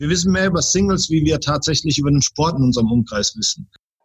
Wir wissen mehr über Singles, wie wir tatsächlich über den Sport in unserem Umkreis wissen.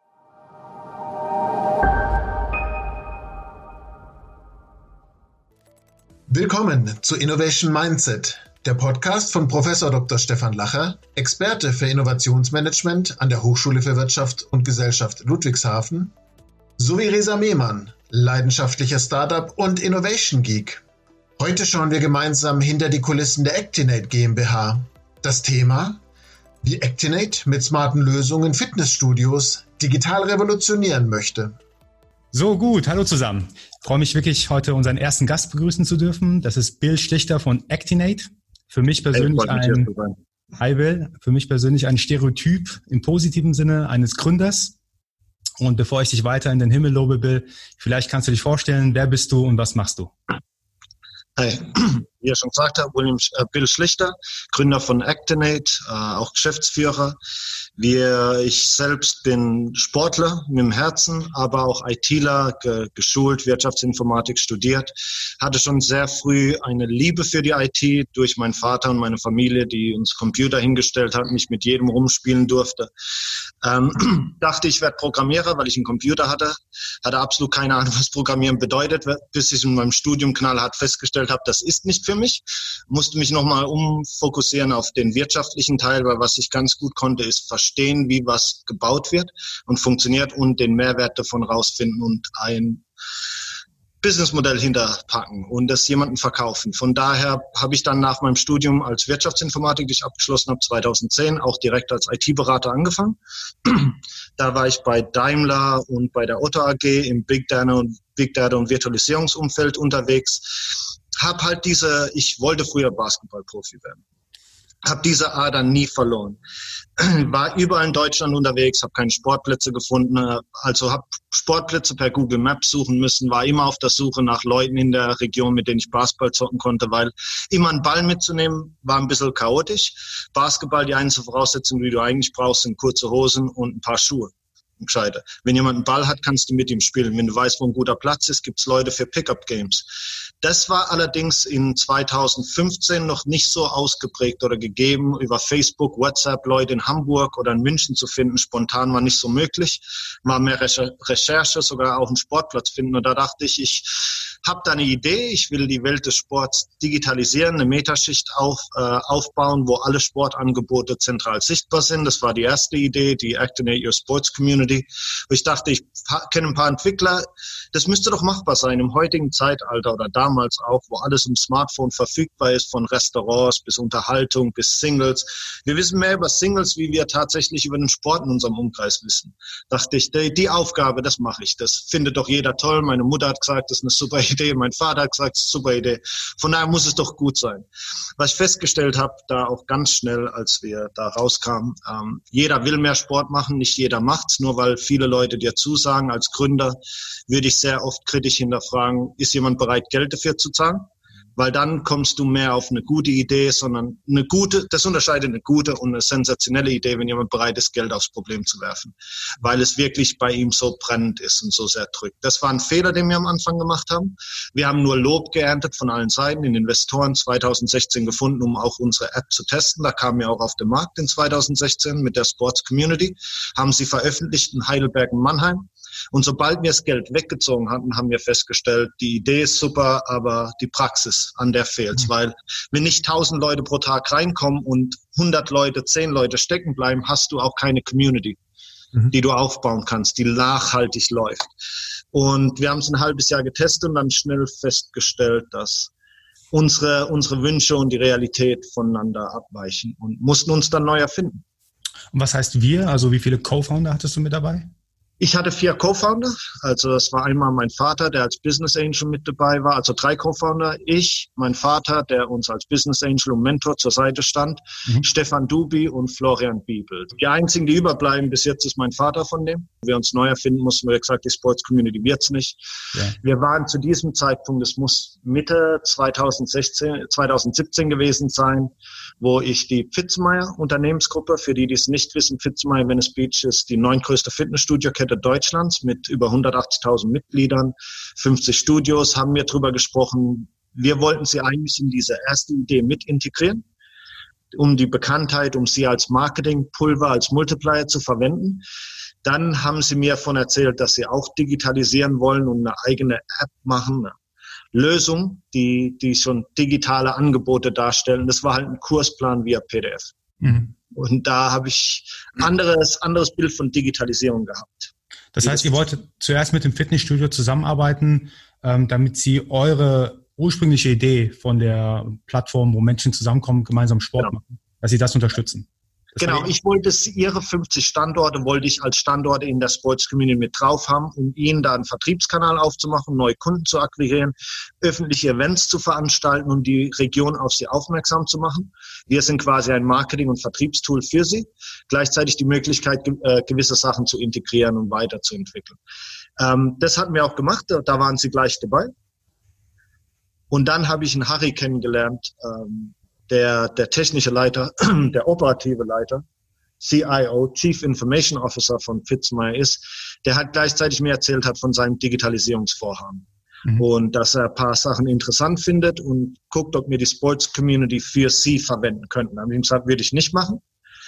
Willkommen zu Innovation Mindset, der Podcast von Prof. Dr. Stefan Lacher, Experte für Innovationsmanagement an der Hochschule für Wirtschaft und Gesellschaft Ludwigshafen, sowie Reza Mehman, leidenschaftlicher Startup- und Innovation-Geek. Heute schauen wir gemeinsam hinter die Kulissen der Actinate GmbH. Das Thema: wie Actinate mit smarten Lösungen Fitnessstudios digital revolutionieren möchte. So gut, hallo zusammen. Ich freue mich wirklich, heute unseren ersten Gast begrüßen zu dürfen. Das ist Bill Schlichter von Actinate. Für mich persönlich Hi Bill, für mich persönlich ein Stereotyp im positiven Sinne eines Gründers. Und bevor ich dich weiter in den Himmel lobe, Bill, vielleicht kannst du dich vorstellen, wer bist du und was machst du? Hi, wie ihr schon gesagt habt, Bill Schlichter, Gründer von Actinate, auch Geschäftsführer. Ich selbst bin Sportler mit dem Herzen, aber auch ITler, geschult, Wirtschaftsinformatik studiert. Hatte schon sehr früh eine Liebe für die IT durch meinen Vater und meine Familie, die uns Computer hingestellt hat, mich mit jedem rumspielen durfte. Dachte, ich werde Programmierer, weil ich einen Computer hatte. Hatte absolut keine Ahnung, was Programmieren bedeutet, bis ich in meinem Studium knallhart festgestellt habe, das ist nicht für mich. Musste mich nochmal umfokussieren auf den wirtschaftlichen Teil, weil was ich ganz gut konnte, ist verstehen, wie was gebaut wird und funktioniert und den Mehrwert davon rausfinden und ein Businessmodell hinterpacken und das jemandem verkaufen. Von daher habe ich dann nach meinem Studium als Wirtschaftsinformatik, das ich abgeschlossen habe, 2010, auch direkt als IT-Berater angefangen. Da war ich bei Daimler und bei der Otto AG im Big Data und Virtualisierungsumfeld unterwegs. Ich wollte früher Basketballprofi werden. Habe diese Ader nie verloren. War überall in Deutschland unterwegs, habe keine Sportplätze gefunden, also habe Sportplätze per Google Maps suchen müssen, war immer auf der Suche nach Leuten in der Region, mit denen ich Basketball zocken konnte, weil immer einen Ball mitzunehmen war ein bisschen chaotisch. Basketball, die einzige Voraussetzung, die du eigentlich brauchst, sind kurze Hosen und ein paar Schuhe. Gescheiter. Wenn jemand einen Ball hat, kannst du mit ihm spielen. Wenn du weißt, wo ein guter Platz ist, gibt's Leute für Pickup-Games. Das war allerdings in 2015 noch nicht so ausgeprägt oder gegeben. Über Facebook, WhatsApp Leute in Hamburg oder in München zu finden, spontan war nicht so möglich. War mehr Recherche, sogar auch einen Sportplatz finden. Und da dachte ich habe da eine Idee. Ich will die Welt des Sports digitalisieren, eine Metaschicht aufbauen, wo alle Sportangebote zentral sichtbar sind. Das war die erste Idee, die Actinate Your Sports Community. Wo ich dachte, ich kenne ein paar Entwickler. Das müsste doch machbar sein im heutigen Zeitalter oder damals auch, wo alles im Smartphone verfügbar ist, von Restaurants bis Unterhaltung bis Singles. Wir wissen mehr über Singles, wie wir tatsächlich über den Sport in unserem Umkreis wissen. Dachte ich, die Aufgabe, das mache ich. Das findet doch jeder toll. Meine Mutter hat gesagt, das ist eine super Idee. Mein Vater hat gesagt, das ist eine super Idee. Von daher muss es doch gut sein. Was ich festgestellt habe, da auch ganz schnell, als wir da rauskamen, jeder will mehr Sport machen, nicht jeder macht's. Nur weil viele Leute dir zusagen, als Gründer würde ich sehr oft kritisch hinterfragen, ist jemand bereit, Geld dafür zu zahlen? Weil dann kommst du mehr auf eine gute Idee, sondern das unterscheidet eine gute und eine sensationelle Idee, wenn jemand bereit ist, Geld aufs Problem zu werfen, weil es wirklich bei ihm so brennend ist und so sehr drückt. Das war ein Fehler, den wir am Anfang gemacht haben. Wir haben nur Lob geerntet von allen Seiten, den Investoren 2016 gefunden, um auch unsere App zu testen. Da kamen wir auch auf den Markt in 2016 mit der Sports Community, haben sie veröffentlicht in Heidelberg und Mannheim. Und sobald wir das Geld weggezogen hatten, haben wir festgestellt, die Idee ist super, aber die Praxis, an der fehlt's. Weil wenn nicht 1000 Leute pro Tag reinkommen und 100 Leute, 10 Leute stecken bleiben, hast du auch keine Community, die du aufbauen kannst, die nachhaltig läuft. Und wir haben es ein halbes Jahr getestet und dann schnell festgestellt, dass unsere Wünsche und die Realität voneinander abweichen und mussten uns dann neu erfinden. Und was heißt wir? Also wie viele Co-Founder hattest du mit dabei? Ich hatte 4 Co-Founder, also das war einmal mein Vater, der als Business Angel mit dabei war, also 3 Co-Founder, ich, mein Vater, der uns als Business Angel und Mentor zur Seite stand, Stefan Dubi und Florian Biebel. Die einzigen, die überbleiben bis jetzt, ist mein Vater von dem. Wir uns neu erfinden mussten, wir gesagt, die Sports Community wird's nicht. Ja. Wir waren zu diesem Zeitpunkt, es muss Mitte 2017 gewesen sein, wo ich die Pfitzmeier Unternehmensgruppe, für die es nicht wissen, Pfitzmeier Venice Beach ist die 9. größte Fitnessstudio-Kette Deutschlands mit über 180.000 Mitgliedern, 50 Studios, haben wir drüber gesprochen. Wir wollten sie eigentlich in diese erste Idee mit integrieren. um die Bekanntheit, um sie als Marketingpulver, als Multiplier zu verwenden. Dann haben sie mir davon erzählt, dass sie auch digitalisieren wollen und eine eigene App machen, eine Lösung, die schon digitale Angebote darstellen. Das war halt ein Kursplan via PDF. Mhm. Und da habe ich anderes Bild von Digitalisierung gehabt. Das heißt, ihr wolltet zuerst mit dem Fitnessstudio zusammenarbeiten, damit sie eure ursprüngliche Idee von der Plattform, wo Menschen zusammenkommen, gemeinsam Sport machen, dass sie das unterstützen. Genau, ich wollte ihre 50 Standorte wollte ich als Standorte in der Sports Community mit drauf haben, um ihnen da einen Vertriebskanal aufzumachen, neue Kunden zu akquirieren, öffentliche Events zu veranstalten und die Region auf sie aufmerksam zu machen. Wir sind quasi ein Marketing- und Vertriebstool für sie, gleichzeitig die Möglichkeit, gewisse Sachen zu integrieren und weiterzuentwickeln. Das hatten wir auch gemacht, da waren sie gleich dabei. Und dann habe ich einen Harry kennengelernt, der technische Leiter, der operative Leiter, CIO, Chief Information Officer von Fitzmyer ist, der halt gleichzeitig mir erzählt hat von seinem Digitalisierungsvorhaben. Mhm. Und dass er ein paar Sachen interessant findet und guckt, ob wir die Sports Community für sie verwenden könnten. Da habe ich ihm gesagt, würde ich nicht machen.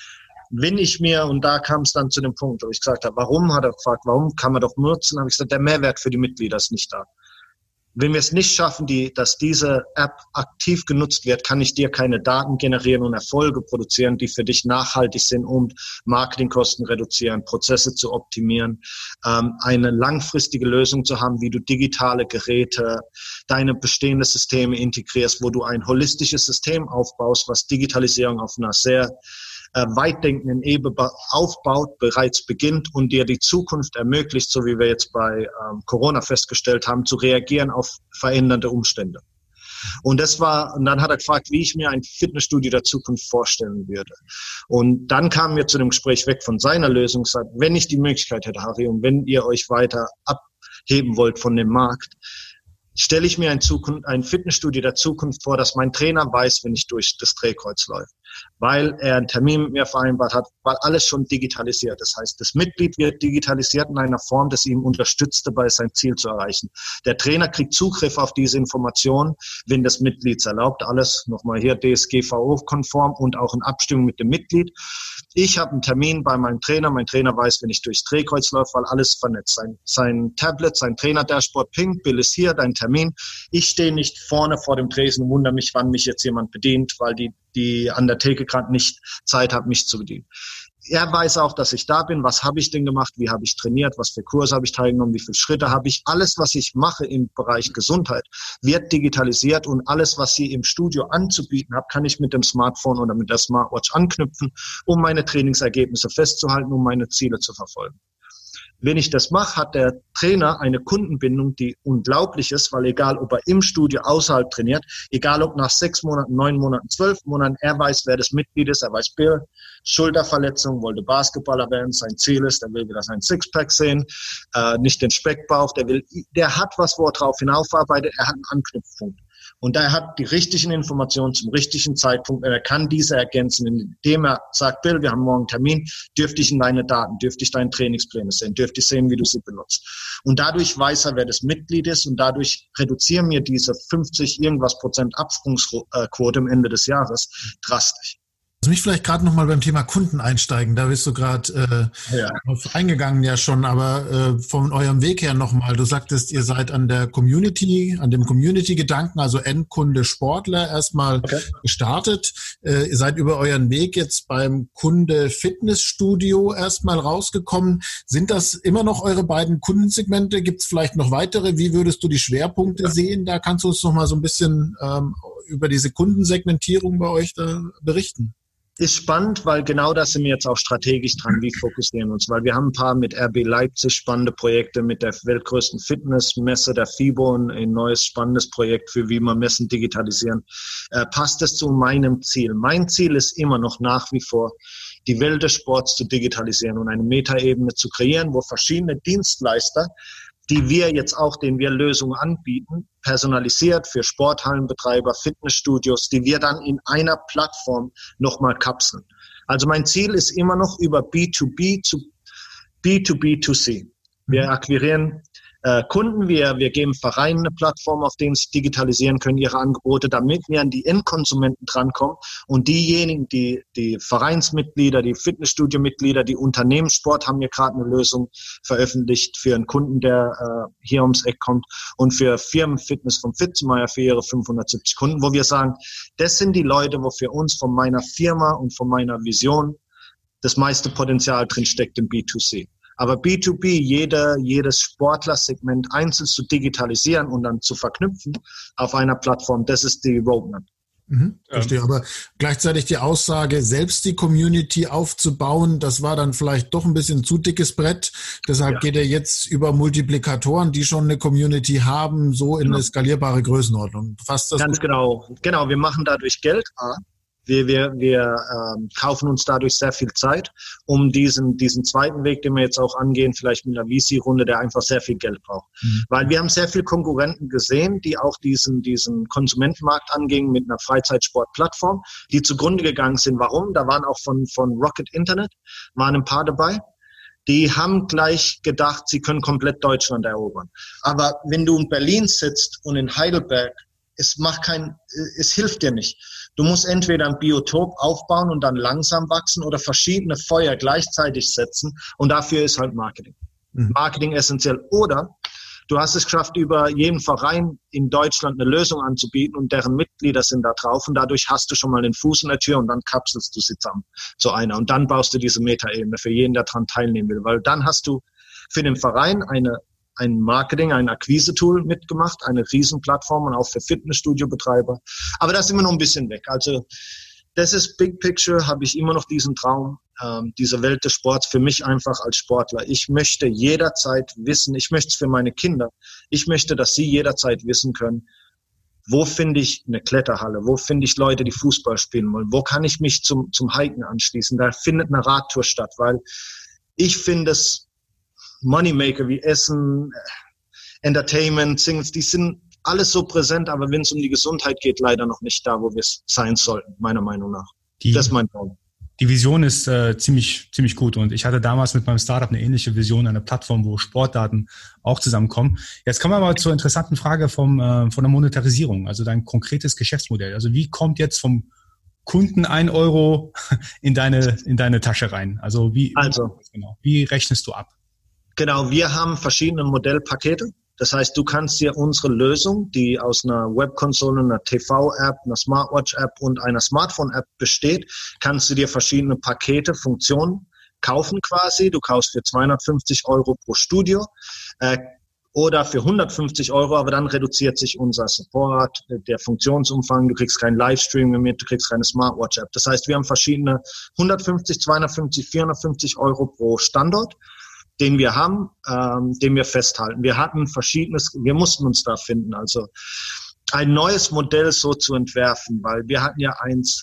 Und da kam es dann zu dem Punkt, wo ich gesagt habe, hat er gefragt, warum kann man doch nutzen? Da habe ich gesagt, der Mehrwert für die Mitglieder ist nicht da. Wenn wir es nicht schaffen, dass diese App aktiv genutzt wird, kann ich dir keine Daten generieren und Erfolge produzieren, die für dich nachhaltig sind, um Marketingkosten reduzieren, Prozesse zu optimieren, eine langfristige Lösung zu haben, wie du digitale Geräte, deine bestehenden Systeme integrierst, wo du ein holistisches System aufbaust, was Digitalisierung auf einer sehr weitdenkenden Ebene aufbaut, bereits beginnt und dir die Zukunft ermöglicht, so wie wir jetzt bei Corona festgestellt haben, zu reagieren auf verändernde Umstände. Und dann hat er gefragt, wie ich mir ein Fitnessstudio der Zukunft vorstellen würde. Und dann kamen wir zu dem Gespräch weg von seiner Lösung, sagt, wenn ich die Möglichkeit hätte, Harry, und wenn ihr euch weiter abheben wollt von dem Markt, stelle ich mir ein Fitnessstudio der Zukunft vor, dass mein Trainer weiß, wenn ich durch das Drehkreuz läufe, weil er einen Termin mit mir vereinbart hat, weil alles schon digitalisiert. Das heißt, das Mitglied wird digitalisiert in einer Form, das ihm unterstützt, dabei sein Ziel zu erreichen. Der Trainer kriegt Zugriff auf diese Informationen, wenn das Mitglied es erlaubt. Alles nochmal hier DSGVO-konform und auch in Abstimmung mit dem Mitglied. Ich habe einen Termin bei meinem Trainer. Mein Trainer weiß, wenn ich durchs Drehkreuz laufe, weil alles vernetzt. Sein Tablet, sein Trainer-Dashboard pinkt, Bill ist hier, dein Termin. Ich stehe nicht vorne vor dem Tresen und wundere mich, wann mich jetzt jemand bedient, weil die an der Theke gerade nicht Zeit hat, mich zu bedienen. Er weiß auch, dass ich da bin. Was habe ich denn gemacht? Wie habe ich trainiert? Was für Kurse habe ich teilgenommen? Wie viele Schritte habe ich? Alles, was ich mache im Bereich Gesundheit, wird digitalisiert und alles, was Sie im Studio anzubieten haben, kann ich mit dem Smartphone oder mit der Smartwatch anknüpfen, um meine Trainingsergebnisse festzuhalten, um meine Ziele zu verfolgen. Wenn ich das mache, hat der Trainer eine Kundenbindung, die unglaublich ist, weil egal, ob er im Studio außerhalb trainiert, egal ob nach 6 Monaten, 9 Monaten, 12 Monaten, er weiß, wer das Mitglied ist, er weiß, Bill, Schulterverletzung, wollte Basketballer werden, sein Ziel ist, der will wieder sein Sixpack sehen, nicht den Speckbauch, der hat was, wo er drauf hinaufarbeitet, er hat einen Anknüpfpunkt. Und er hat die richtigen Informationen zum richtigen Zeitpunkt. Er kann diese ergänzen, indem er sagt, Bill, wir haben morgen einen Termin, dürfte ich in deine Daten, dürfte ich deine Trainingspläne sehen, dürfte ich sehen, wie du sie benutzt. Und dadurch weiß er, wer das Mitglied ist und dadurch reduzieren wir diese 50% Absprungsquote am Ende des Jahres drastisch. Lass mich vielleicht gerade nochmal beim Thema Kunden einsteigen. Da bist du gerade drauf eingegangen ja schon, aber von eurem Weg her nochmal. Du sagtest, ihr seid an dem Community-Gedanken, also Endkunde Sportler erstmal gestartet. Ihr seid über euren Weg jetzt beim Kunde Fitnessstudio erstmal rausgekommen. Sind das immer noch eure beiden Kundensegmente? Gibt es vielleicht noch weitere? Wie würdest du die Schwerpunkte sehen? Da kannst du uns nochmal so ein bisschen über diese Kundensegmentierung bei euch da berichten. Ist spannend, weil genau das sind wir jetzt auch strategisch dran, wie fokussieren uns, weil wir haben ein paar mit RB Leipzig spannende Projekte, mit der weltgrößten Fitnessmesse, der FIBO, ein neues spannendes Projekt für wie man Messen digitalisieren. Passt es zu meinem Ziel? Mein Ziel ist immer noch nach wie vor, die Welt des Sports zu digitalisieren und eine Metaebene zu kreieren, wo verschiedene Dienstleister, denen wir Lösungen anbieten, personalisiert für Sporthallenbetreiber, Fitnessstudios, die wir dann in einer Plattform nochmal kapseln. Also mein Ziel ist immer noch über B2B zu B2B2C. Wir akquirieren Kunden, wir geben Vereinen eine Plattform, auf denen sie digitalisieren können, ihre Angebote, damit wir an die Endkonsumenten drankommen und diejenigen, die Vereinsmitglieder, die Fitnessstudio-Mitglieder, die Unternehmenssport, haben wir gerade eine Lösung veröffentlicht für einen Kunden, der hier ums Eck kommt und für Firmenfitness vom Fitzmeier für ihre 570 Kunden, wo wir sagen, das sind die Leute, wo für uns von meiner Firma und von meiner Vision das meiste Potenzial drin steckt im B2C. Aber B2B, jedes Sportlersegment einzeln zu digitalisieren und dann zu verknüpfen auf einer Plattform, das ist die Roadmap. Verstehe, aber gleichzeitig die Aussage, selbst die Community aufzubauen, das war dann vielleicht doch ein bisschen zu dickes Brett. Deshalb geht er jetzt über Multiplikatoren, die schon eine Community haben, so in eine skalierbare Größenordnung. Fasst das ganz genau. Genau, wir machen dadurch Geld. Wir kaufen uns dadurch sehr viel Zeit, um diesen zweiten Weg, den wir jetzt auch angehen, vielleicht mit einer VC-Runde, der einfach sehr viel Geld braucht. Weil wir haben sehr viele Konkurrenten gesehen, die auch diesen Konsumentenmarkt angingen mit einer Freizeitsportplattform, die zugrunde gegangen sind. Warum? Da waren auch von Rocket Internet, waren ein paar dabei. Die haben gleich gedacht, sie können komplett Deutschland erobern. Aber wenn du in Berlin sitzt und in Heidelberg, es hilft dir nicht. Du musst entweder ein Biotop aufbauen und dann langsam wachsen oder verschiedene Feuer gleichzeitig setzen und dafür ist halt Marketing. Marketing essentiell. Oder du hast es geschafft, über jeden Verein in Deutschland eine Lösung anzubieten und deren Mitglieder sind da drauf und dadurch hast du schon mal den Fuß in der Tür und dann kapselst du sie zusammen zu einer und dann baust du diese Metaebene für jeden, der daran teilnehmen will, weil dann hast du für den Verein ein Marketing, ein Akquise-Tool mitgemacht, eine Riesenplattform und auch für Fitnessstudio-Betreiber. Aber da sind wir noch ein bisschen weg. Also das ist Big Picture, habe ich immer noch diesen Traum, diese Welt des Sports für mich einfach als Sportler. Ich möchte jederzeit wissen, ich möchte es für meine Kinder, ich möchte, dass sie jederzeit wissen können, wo finde ich eine Kletterhalle, wo finde ich Leute, die Fußball spielen wollen, wo kann ich mich zum Hiken anschließen. Da findet eine Radtour statt, weil ich finde es Moneymaker wie Essen, Entertainment, Singles, die sind alles so präsent, aber wenn es um die Gesundheit geht, leider noch nicht da, wo wir es sein sollten, meiner Meinung nach. Das ist mein Traum. Die Vision ist ziemlich gut und ich hatte damals mit meinem Startup eine ähnliche Vision, eine Plattform, wo Sportdaten auch zusammenkommen. Jetzt kommen wir mal zur interessanten Frage von der Monetarisierung, also dein konkretes Geschäftsmodell. Also wie kommt jetzt vom Kunden 1 Euro in deine Tasche rein? Also wie rechnest du ab? Genau, wir haben verschiedene Modellpakete. Das heißt, du kannst dir unsere Lösung, die aus einer Webkonsole, einer TV-App, einer Smartwatch-App und einer Smartphone-App besteht, kannst du dir verschiedene Pakete, Funktionen kaufen quasi. Du kaufst für 250 Euro pro Studio oder für 150 Euro, aber dann reduziert sich unser Support, der Funktionsumfang. Du kriegst keinen Livestream mehr mit, du kriegst keine Smartwatch-App. Das heißt, wir haben verschiedene 150, 250, 450 Euro pro Standort, den wir haben, den wir festhalten. Wir hatten wir mussten uns da finden, also ein neues Modell so zu entwerfen, weil wir hatten ja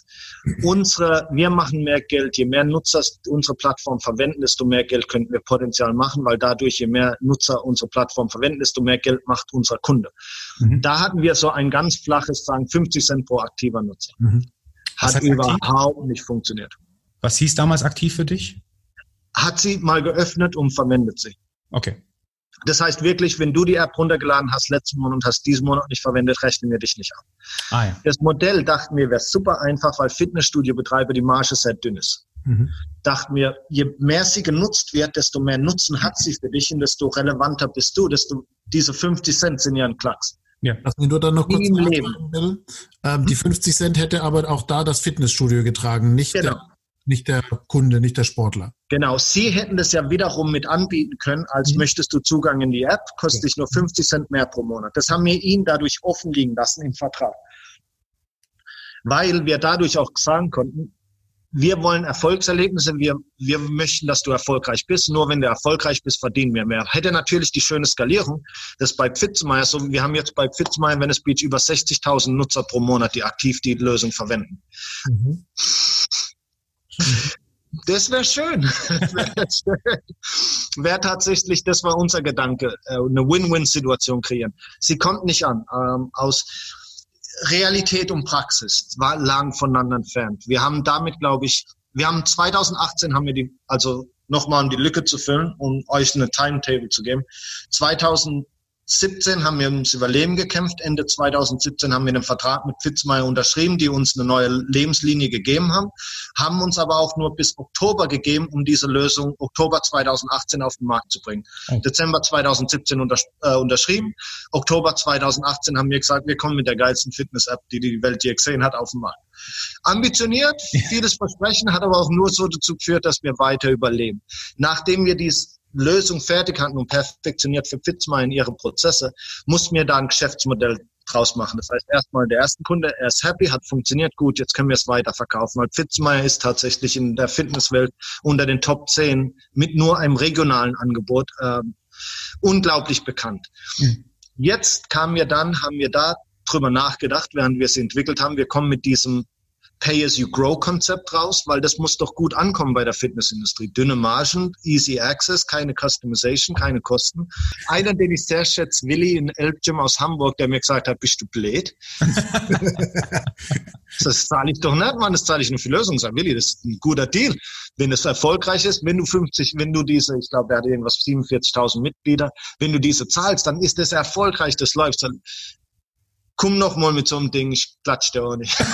wir machen mehr Geld, je mehr Nutzer unsere Plattform verwenden, desto mehr Geld könnten wir potenziell machen, weil dadurch, je mehr Nutzer unsere Plattform verwenden, desto mehr Geld macht unser Kunde. Da hatten wir so ein ganz flaches, sagen 50 Cent pro aktiver Nutzer. Hat überhaupt nicht funktioniert. Was hieß damals aktiv für dich? Hat sie mal geöffnet und verwendet sie. Okay. Das heißt wirklich, wenn du die App runtergeladen hast letzten Monat und hast diesen Monat nicht verwendet, rechnen wir dich nicht ab. Ja. Das Modell, dachten wir, wäre super einfach, weil Fitnessstudio-Betreiber die Marge sehr dünn ist. Dachten wir, je mehr sie genutzt wird, desto mehr Nutzen hat sie für dich und desto relevanter bist du. Diese 50 Cent sind ja ein Klacks. Ja. Lass mich nur dann noch kurz nachfragen, die 50 Cent hätte aber auch da das Fitnessstudio getragen, nicht der Kunde, nicht der Sportler. Genau, sie hätten das ja wiederum mit anbieten können, als möchtest du Zugang in die App, kostet dich nur 50 Cent mehr pro Monat. Das haben wir ihnen dadurch offen liegen lassen im Vertrag. Weil wir dadurch auch sagen konnten, wir wollen Erfolgserlebnisse, wir möchten, dass du erfolgreich bist. Nur wenn du erfolgreich bist, verdienen wir mehr. Hätte natürlich die schöne Skalierung, das bei Fitzmeier so, wir haben jetzt bei Fitzmeier Venice Beach über 60.000 Nutzer pro Monat, die aktiv die Lösung verwenden. Das wäre schön. Wäre tatsächlich, das war unser Gedanke, eine Win-Win-Situation kreieren. Sie konnten nicht an. Aus Realität und Praxis lagen voneinander entfernt. Wir haben damit, glaube ich, 2018 haben wir nochmal um die Lücke zu füllen, um euch eine Timetable zu geben. 2017 haben wir ums Überleben gekämpft. Ende 2017 haben wir einen Vertrag mit Fitzmeier unterschrieben, die uns eine neue Lebenslinie gegeben haben uns aber auch nur bis Oktober gegeben, um diese Lösung Oktober 2018 auf den Markt zu bringen. Dezember 2017 unterschrieben. Oktober 2018 haben wir gesagt, wir kommen mit der geilsten Fitness-App, die die Welt je gesehen hat, auf den Markt. Ambitioniert, vieles Versprechen, hat aber auch nur so dazu geführt, dass wir weiter überleben. Nachdem wir diese Lösung fertig hatten und perfektioniert für Fitzmeier in ihre Prozesse, mussten wir da ein Geschäftsmodell draus machen. Das heißt, erstmal der erste Kunde, er ist happy, hat funktioniert gut, jetzt können wir es weiter verkaufen. Weil Fitzmeier ist tatsächlich in der Fitnesswelt unter den Top 10 mit nur einem regionalen Angebot unglaublich bekannt. Jetzt haben wir da drüber nachgedacht, während wir es entwickelt haben, wir kommen mit diesem Pay-as-you-grow-Konzept raus, weil das muss doch gut ankommen bei der Fitnessindustrie. Dünne Margen, easy access, keine Customization, keine Kosten. Einer, den ich sehr schätze, Willi in Elbgym aus Hamburg, der mir gesagt hat, bist du blöd? Das zahle ich doch nicht, Mann, das zahle ich nur für Lösungen. Sag, Willi, das ist ein guter Deal. Wenn es erfolgreich ist, wenn du diese, ich glaube, er hat irgendwas 47.000 Mitglieder, wenn du diese zahlst, dann ist das erfolgreich, das läuft. Dann komm noch mal mit so einem Ding, ich klatsch dir auch nicht.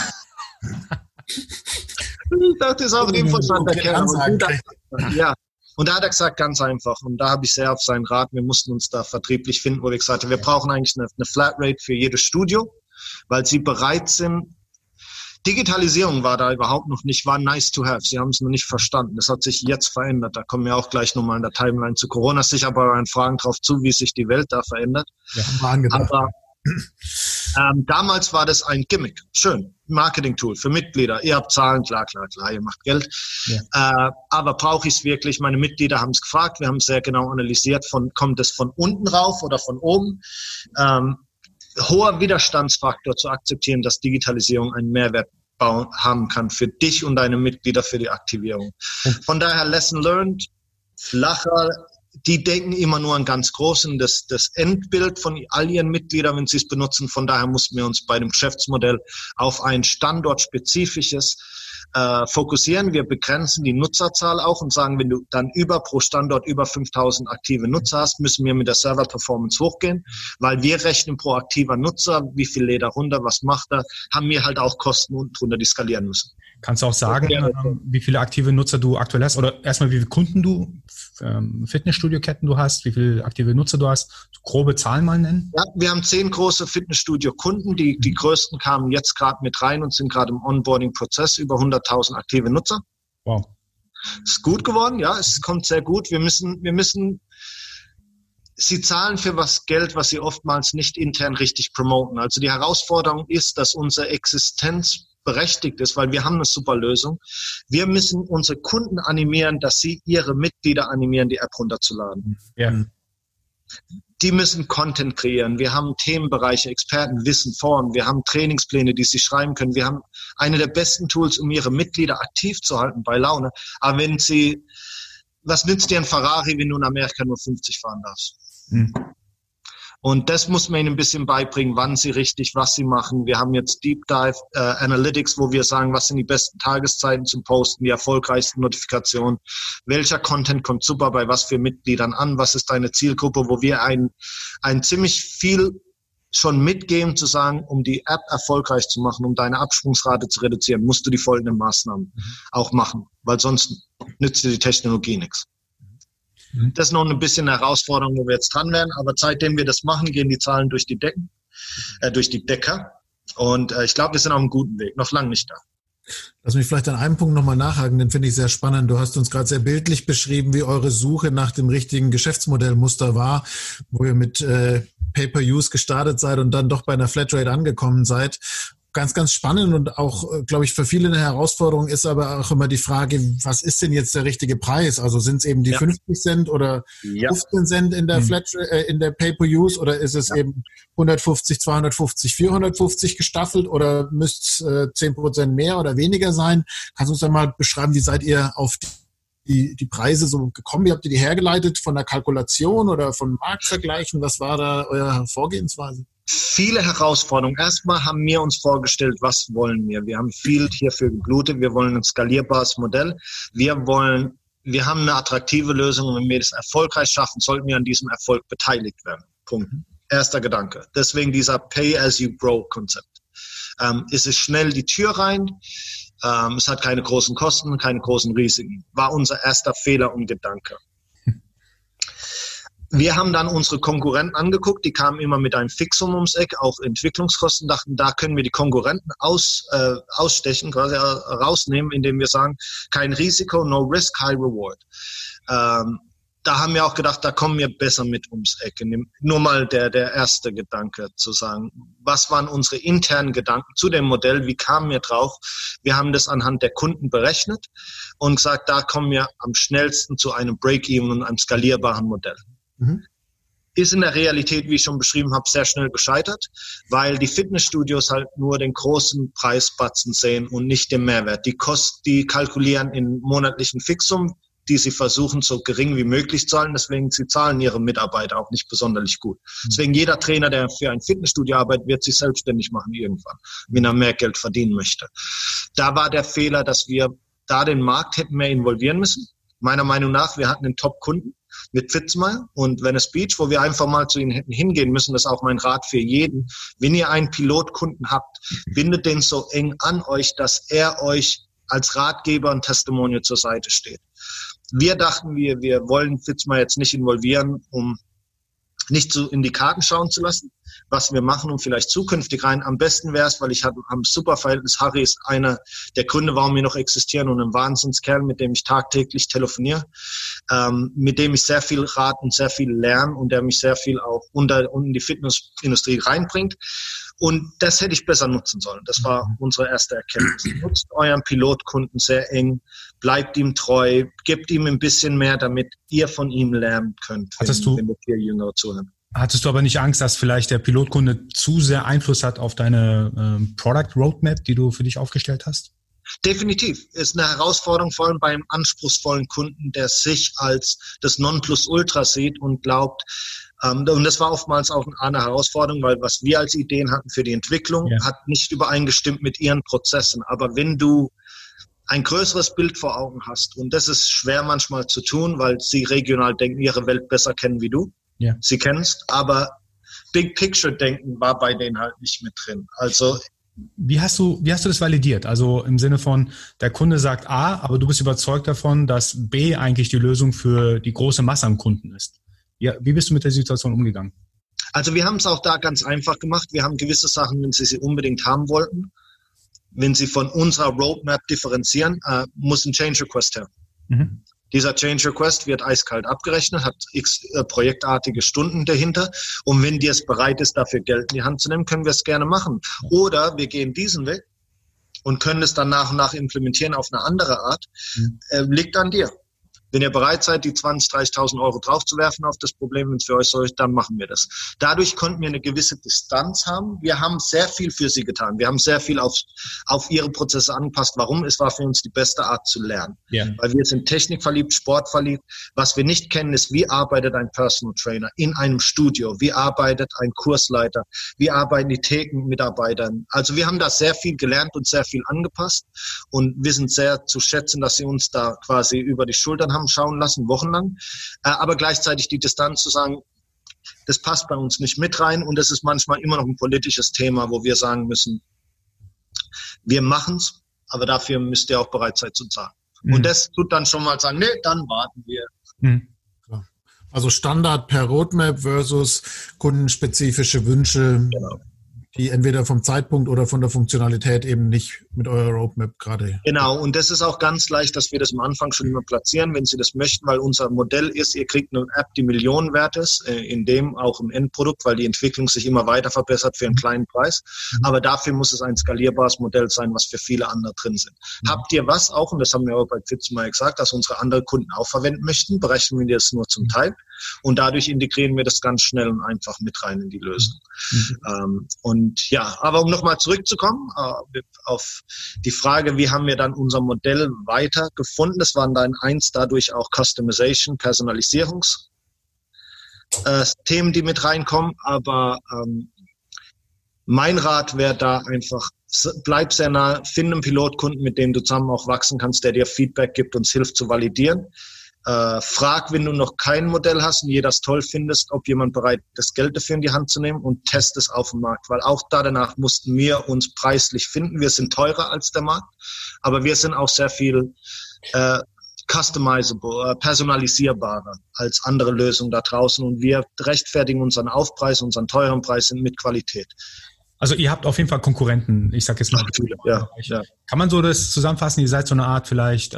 Das ist auch Infos an der Kerl. Ja. Und da hat er gesagt, ganz einfach. Und da habe ich sehr auf seinen Rat, wir mussten uns da vertrieblich finden, wo wir gesagt haben, wir brauchen eigentlich eine Flatrate für jedes Studio, weil sie bereit sind. Digitalisierung war da überhaupt noch nicht, war nice to have. Sie haben es noch nicht verstanden. Das hat sich jetzt verändert. Da kommen wir auch gleich nochmal in der Timeline zu Corona sicher aber in Fragen drauf zu, wie sich die Welt da verändert. Ja, aber damals war das ein Gimmick. Schön. Marketing-Tool für Mitglieder. Ihr habt Zahlen, klar, ihr macht Geld. Ja. Aber brauche ich es wirklich? Meine Mitglieder haben es gefragt. Wir haben es sehr genau analysiert. Kommt es von unten rauf oder von oben? Hoher Widerstandsfaktor zu akzeptieren, dass Digitalisierung einen Mehrwert haben kann für dich und deine Mitglieder für die Aktivierung. Von daher Lesson learned, flacher. Die denken immer nur an ganz Großen, das Endbild von all ihren Mitgliedern, wenn sie es benutzen. Von daher mussten wir uns bei dem Geschäftsmodell auf ein standortspezifisches fokussieren. Wir begrenzen die Nutzerzahl auch und sagen, wenn du dann pro Standort über 5.000 aktive Nutzer hast, müssen wir mit der Server-Performance hochgehen, weil wir rechnen pro aktiver Nutzer, wie viel lädt er runter, was macht er, haben wir halt auch Kosten unten drunter, die skalieren müssen. Kannst du auch sagen, wie viele aktive Nutzer du aktuell hast oder erstmal wie viele Kunden du, Fitnessstudio-Ketten du hast, wie viele aktive Nutzer du hast, grobe Zahlen mal nennen? Ja, wir haben 10 große Fitnessstudio-Kunden, die größten kamen jetzt gerade mit rein und sind gerade im Onboarding-Prozess, über 100.000 aktive Nutzer. Wow. Ist gut geworden, ja, es kommt sehr gut. Wir müssen sie zahlen für Geld, was sie oftmals nicht intern richtig promoten. Also die Herausforderung ist, dass unsere Existenz berechtigt ist, weil wir haben eine super Lösung. Wir müssen unsere Kunden animieren, dass sie ihre Mitglieder animieren, die App runterzuladen. Ja. Die müssen Content kreieren. Wir haben Themenbereiche, Experten, Wissen, Foren. Wir haben Trainingspläne, die sie schreiben können. Wir haben eine der besten Tools, um ihre Mitglieder aktiv zu halten bei Laune. Aber was nützt dir ein Ferrari, wenn du in Amerika nur 50 fahren darfst? Und das muss man ihnen ein bisschen beibringen, wann sie richtig, was sie machen. Wir haben jetzt Deep Dive Analytics, wo wir sagen, was sind die besten Tageszeiten zum Posten, die erfolgreichsten Notifikationen, welcher Content kommt super bei was für Mitgliedern an, was ist deine Zielgruppe, wo wir ein ziemlich viel schon mitgeben, zu sagen, um die App erfolgreich zu machen, um deine Absprungsrate zu reduzieren, musst du die folgenden Maßnahmen auch machen, weil sonst nützt dir die Technologie nichts. Das ist noch ein bisschen eine Herausforderung, wo wir jetzt dran werden. Aber seitdem wir das machen, gehen die Zahlen durch die Decker. Und ich glaube, wir sind auf einem guten Weg. Noch lange nicht da. Lass mich vielleicht an einem Punkt nochmal nachhaken, den finde ich sehr spannend. Du hast uns gerade sehr bildlich beschrieben, wie eure Suche nach dem richtigen Geschäftsmodellmuster war, wo ihr mit Pay-per-Use gestartet seid und dann doch bei einer Flatrate angekommen seid. Ganz, ganz spannend und auch, glaube ich, für viele eine Herausforderung ist aber auch immer die Frage, was ist denn jetzt der richtige Preis? Also sind es eben die 50 Cent oder 15 Cent in der in der Pay-per-Use oder ist es eben 150, 250, 450 gestaffelt oder müsste es 10% mehr oder weniger sein? Kannst du uns dann mal beschreiben, wie seid ihr auf die Preise so gekommen? Wie habt ihr die hergeleitet? Von der Kalkulation oder von Marktvergleichen? Was war da eure Vorgehensweise? Viele Herausforderungen. Erstmal haben wir uns vorgestellt, was wollen wir? Wir haben viel hierfür geblutet. Wir wollen ein skalierbares Modell. Wir haben eine attraktive Lösung und wenn wir das erfolgreich schaffen, sollten wir an diesem Erfolg beteiligt werden. Punkt. Erster Gedanke. Deswegen dieser Pay-as-you-grow-Konzept. Es ist schnell die Tür rein. Es hat keine großen Kosten, keine großen Risiken. War unser erster Fehler und Gedanke. Wir haben dann unsere Konkurrenten angeguckt, die kamen immer mit einem Fixum ums Eck, auch Entwicklungskosten, dachten, da können wir die Konkurrenten ausstechen, quasi rausnehmen, indem wir sagen, kein Risiko, no risk, high reward. Da haben wir auch gedacht, da kommen wir besser mit ums Eck. Nur mal der erste Gedanke zu sagen, was waren unsere internen Gedanken zu dem Modell, wie kamen wir drauf? Wir haben das anhand der Kunden berechnet und gesagt, da kommen wir am schnellsten zu einem Break-Even und einem skalierbaren Modell. Ist in der Realität, wie ich schon beschrieben habe, sehr schnell gescheitert, weil die Fitnessstudios halt nur den großen Preisbatzen sehen und nicht den Mehrwert. Die kalkulieren in monatlichen Fixum, die sie versuchen, so gering wie möglich zu zahlen. Deswegen, sie zahlen ihre Mitarbeiter auch nicht besonders gut. Deswegen jeder Trainer, der für ein Fitnessstudio arbeitet, wird sich selbstständig machen irgendwann, wenn er mehr Geld verdienen möchte. Da war der Fehler, dass wir da den Markt hätten mehr involvieren müssen. Meiner Meinung nach, wir hatten einen Top-Kunden mit Fitzmeier und Venice Beach, wo wir einfach mal zu ihnen hätten hingehen müssen. Das ist auch mein Rat für jeden. Wenn ihr einen Pilotkunden habt, bindet den so eng an euch, dass er euch als Ratgeber und Testimonial zur Seite steht. Wir dachten, wir wollen Fitzmeier jetzt nicht involvieren, um nicht so in die Karten schauen zu lassen, was wir machen und vielleicht zukünftig rein. Am besten wäre es, weil ich habe ein super Verhältnis. Harry ist einer der Gründe, warum wir noch existieren und ein Wahnsinnskerl, mit dem ich tagtäglich telefoniere, mit dem ich sehr viel rate und sehr viel lerne und der mich sehr viel auch in die Fitnessindustrie reinbringt. Und das hätte ich besser nutzen sollen. Das war unsere erste Erkenntnis. Nutzt euren Pilotkunden sehr eng, bleibt ihm treu, gebt ihm ein bisschen mehr, damit ihr von ihm lernen könnt, wenn wir hier Jüngere zuhören. Hattest du aber nicht Angst, dass vielleicht der Pilotkunde zu sehr Einfluss hat auf deine Product Roadmap, die du für dich aufgestellt hast? Definitiv. Ist eine Herausforderung, vor allem bei einem anspruchsvollen Kunden, der sich als das Nonplusultra sieht und glaubt, und das war oftmals auch eine Herausforderung, weil was wir als Ideen hatten für die Entwicklung, hat nicht übereingestimmt mit ihren Prozessen. Aber wenn du ein größeres Bild vor Augen hast, und das ist schwer manchmal zu tun, weil sie regional denken, ihre Welt besser kennen wie du, sie kennst, aber Big Picture Denken war bei denen halt nicht mit drin. Also Wie hast du das validiert? Also im Sinne von, der Kunde sagt A, aber du bist überzeugt davon, dass B eigentlich die Lösung für die große Masse am Kunden ist. Ja, wie bist du mit der Situation umgegangen? Also wir haben es auch da ganz einfach gemacht. Wir haben gewisse Sachen, wenn sie unbedingt haben wollten, wenn sie von unserer Roadmap differenzieren, muss ein Change Request her. Dieser Change Request wird eiskalt abgerechnet, hat x projektartige Stunden dahinter. Und wenn dir es bereit ist, dafür Geld in die Hand zu nehmen, können wir es gerne machen. Oder wir gehen diesen Weg und können es dann nach und nach implementieren auf eine andere Art. Liegt an dir. Wenn ihr bereit seid, die 20.000, 30.000 Euro draufzuwerfen auf das Problem, wenn es für euch so ist, dann machen wir das. Dadurch konnten wir eine gewisse Distanz haben. Wir haben sehr viel für sie getan. Wir haben sehr viel auf ihre Prozesse angepasst. Warum? Es war für uns die beste Art zu lernen. Weil wir sind technikverliebt, sportverliebt. Was wir nicht kennen, ist, wie arbeitet ein Personal Trainer in einem Studio? Wie arbeitet ein Kursleiter? Wie arbeiten die Thekenmitarbeitern? Also wir haben da sehr viel gelernt und sehr viel angepasst und wissen sehr zu schätzen, dass sie uns da quasi über die Schultern haben schauen lassen, wochenlang, aber gleichzeitig die Distanz zu sagen, das passt bei uns nicht mit rein und das ist manchmal immer noch ein politisches Thema, wo wir sagen müssen, wir machen es, aber dafür müsst ihr auch bereit sein zu zahlen. Und das tut dann schon mal sagen, nee, dann warten wir. Also Standard per Roadmap versus kundenspezifische Wünsche, die entweder vom Zeitpunkt oder von der Funktionalität eben nicht mit eurer Roadmap gerade. Genau, und das ist auch ganz leicht, dass wir das am Anfang schon immer platzieren, wenn Sie das möchten, weil unser Modell ist, ihr kriegt eine App, die Millionen wert ist, in dem auch im Endprodukt, weil die Entwicklung sich immer weiter verbessert für einen kleinen Preis. Aber dafür muss es ein skalierbares Modell sein, was für viele andere drin sind. Habt ihr was auch, und das haben wir auch bei Fitzmeier gesagt, dass unsere anderen Kunden auch verwenden möchten, berechnen wir das nur zum Teil. Und dadurch integrieren wir das ganz schnell und einfach mit rein in die Lösung. Und ja, aber um nochmal zurückzukommen auf die Frage, wie haben wir dann unser Modell weiter gefunden? Das waren dann dadurch auch Customization, Personalisierungsthemen, die mit reinkommen. Aber mein Rat wäre da einfach, bleib sehr nah, finde einen Pilotkunden, mit dem du zusammen auch wachsen kannst, der dir Feedback gibt und hilft zu validieren. Frag, wenn du noch kein Modell hast und je das toll findest, ob jemand bereit ist, das Geld dafür in die Hand zu nehmen und test es auf dem Markt. Weil auch danach mussten wir uns preislich finden. Wir sind teurer als der Markt, aber wir sind auch sehr viel customizable, personalisierbarer als andere Lösungen da draußen. Und wir rechtfertigen unseren Aufpreis, unseren teuren Preis mit Qualität. Also ihr habt auf jeden Fall Konkurrenten, ich sage jetzt mal. Ja. Kann man so das zusammenfassen, ihr seid so eine Art vielleicht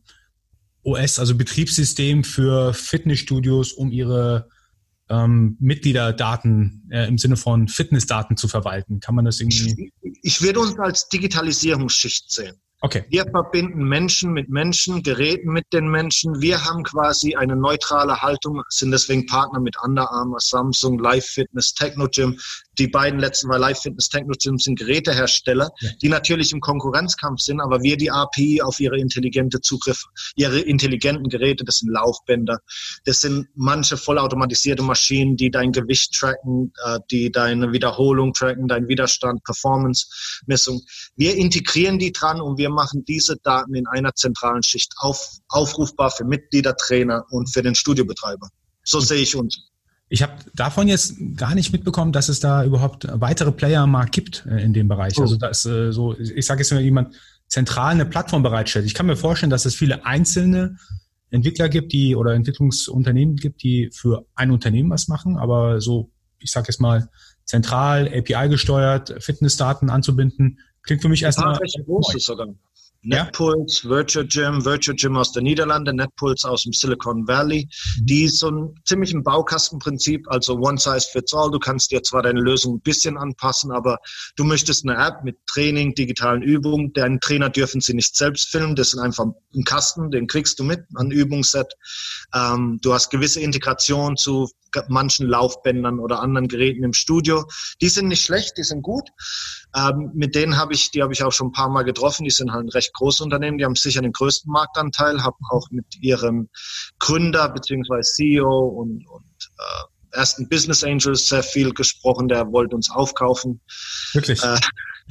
OS, also Betriebssystem für Fitnessstudios, um ihre Mitgliederdaten im Sinne von Fitnessdaten zu verwalten. Kann man das irgendwie? Ich würde uns als Digitalisierungsschicht sehen. Okay. Wir verbinden Menschen mit Menschen, Geräten mit den Menschen. Wir haben quasi eine neutrale Haltung, sind deswegen Partner mit Under Armour, Samsung, Live Fitness, Technogym. Die beiden letzten, weil Live Fitness, Technogym sind Gerätehersteller, die natürlich im Konkurrenzkampf sind, aber wir die API auf ihre intelligenten Geräte, das sind Laufbänder, das sind manche vollautomatisierte Maschinen, die dein Gewicht tracken, die deine Wiederholung tracken, deinen Widerstand, Performance-Messung. Wir integrieren die dran und wir machen diese Daten in einer zentralen Schicht aufrufbar für Mitglieder, Trainer und für den Studiobetreiber. So sehe ich uns. Ich habe davon jetzt gar nicht mitbekommen, dass es da überhaupt weitere Player am Markt gibt in dem Bereich. Also da ist so, ich sage jetzt, wenn jemand zentral eine Plattform bereitstellt. Ich kann mir vorstellen, dass es viele einzelne Entwickler gibt, oder Entwicklungsunternehmen gibt, die für ein Unternehmen was machen, aber so, ich sage jetzt mal, zentral, API gesteuert, Fitnessdaten anzubinden, klingt für mich erstmal recht groß sogar. NetPulse, Virtual Gym aus den Niederlanden, NetPulse aus dem Silicon Valley, die so ein ziemlich ein Baukastenprinzip, also one size fits all. Du kannst dir zwar deine Lösung ein bisschen anpassen, aber du möchtest eine App mit Training, digitalen Übungen. Deinen Trainer dürfen sie nicht selbst filmen, das sind einfach ein Kasten, den kriegst du mit, ein Übungsset. Du hast gewisse Integration zu manchen Laufbändern oder anderen Geräten im Studio. Die sind nicht schlecht, die sind gut. Mit denen habe ich auch schon ein paar Mal getroffen. Die sind halt ein recht großes Unternehmen. Die haben sicher den größten Marktanteil. Habe auch mit ihrem Gründer bzw. CEO und ersten Business Angels sehr viel gesprochen. Der wollte uns aufkaufen. Wirklich? War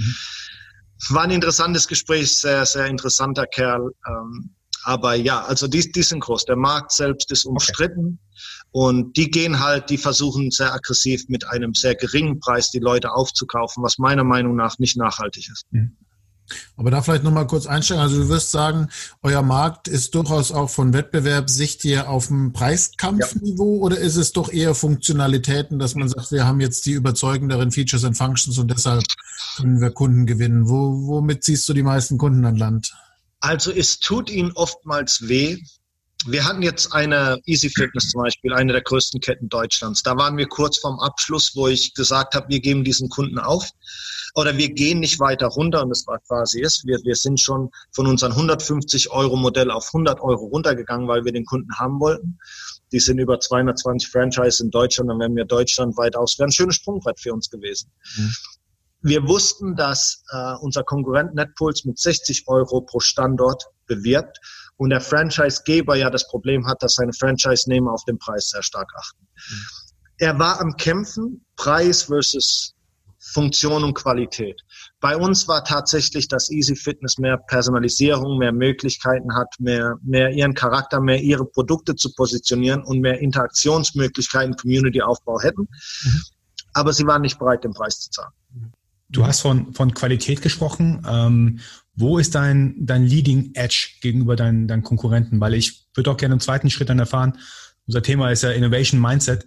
ein interessantes Gespräch, sehr, sehr interessanter Kerl. Aber ja, also die sind groß. Der Markt selbst ist umstritten. Und die versuchen sehr aggressiv mit einem sehr geringen Preis die Leute aufzukaufen, was meiner Meinung nach nicht nachhaltig ist. Aber da vielleicht nochmal kurz einsteigen. Also du wirst sagen, euer Markt ist durchaus auch von Wettbewerbssicht hier auf dem Preiskampfniveau, oder ist es doch eher Funktionalitäten, dass man sagt, wir haben jetzt die überzeugenderen Features and Functions und deshalb können wir Kunden gewinnen? Womit ziehst du die meisten Kunden an Land? Also es tut ihnen oftmals weh. Wir hatten jetzt eine Easy Fitness zum Beispiel, eine der größten Ketten Deutschlands. Da waren wir kurz vorm Abschluss, wo ich gesagt habe, wir geben diesen Kunden auf oder wir gehen nicht weiter runter. Und das war quasi es. Wir sind schon von unserem 150-Euro-Modell auf 100 Euro runtergegangen, weil wir den Kunden haben wollten. Die sind über 220 Franchise in Deutschland. Dann wären wir deutschlandweit aus. Wäre ein schönes Sprungbrett für uns gewesen. Wir wussten, dass unser Konkurrent NetPulse mit 60 Euro pro Standort bewirbt und der Franchisegeber ja das Problem hat, dass seine Franchise-Nehmer auf den Preis sehr stark achten. Er war am Kämpfen, Preis versus Funktion und Qualität. Bei uns war tatsächlich, dass Easy Fitness mehr Personalisierung, mehr Möglichkeiten hat, mehr ihren Charakter, mehr ihre Produkte zu positionieren und mehr Interaktionsmöglichkeiten, Community-Aufbau hätten. Aber sie waren nicht bereit, den Preis zu zahlen. Du hast von Qualität gesprochen. Wo ist dein Leading Edge gegenüber deinen Konkurrenten? Weil ich würde auch gerne im zweiten Schritt dann erfahren, unser Thema ist ja Innovation Mindset.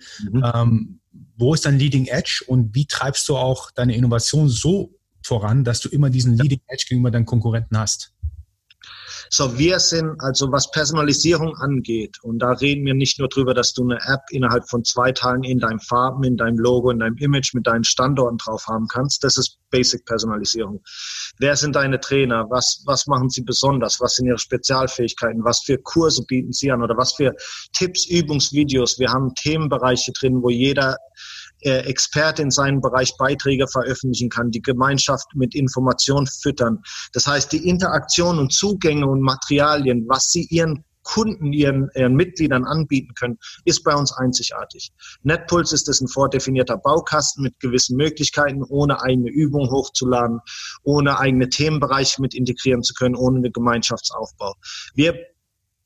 Wo ist dein Leading Edge und wie treibst du auch deine Innovation so voran, dass du immer diesen Leading Edge gegenüber deinen Konkurrenten hast? So, wir sind, also was Personalisierung angeht, und da reden wir nicht nur drüber, dass du eine App innerhalb von 2 Tagen in deinen Farben, in deinem Logo, in deinem Image, mit deinen Standorten drauf haben kannst. Das ist Basic-Personalisierung. Wer sind deine Trainer? Was machen sie besonders? Was sind ihre Spezialfähigkeiten? Was für Kurse bieten sie an? Oder was für Tipps, Übungsvideos? Wir haben Themenbereiche drin, wo jeder Experte in seinem Bereich Beiträge veröffentlichen kann, die Gemeinschaft mit Informationen füttern. Das heißt, die Interaktion und Zugänge und Materialien, was sie ihren Kunden, ihren Mitgliedern anbieten können, ist bei uns einzigartig. NetPulse ist ein vordefinierter Baukasten mit gewissen Möglichkeiten, ohne eigene Übung hochzuladen, ohne eigene Themenbereiche mit integrieren zu können, ohne einen Gemeinschaftsaufbau. Wir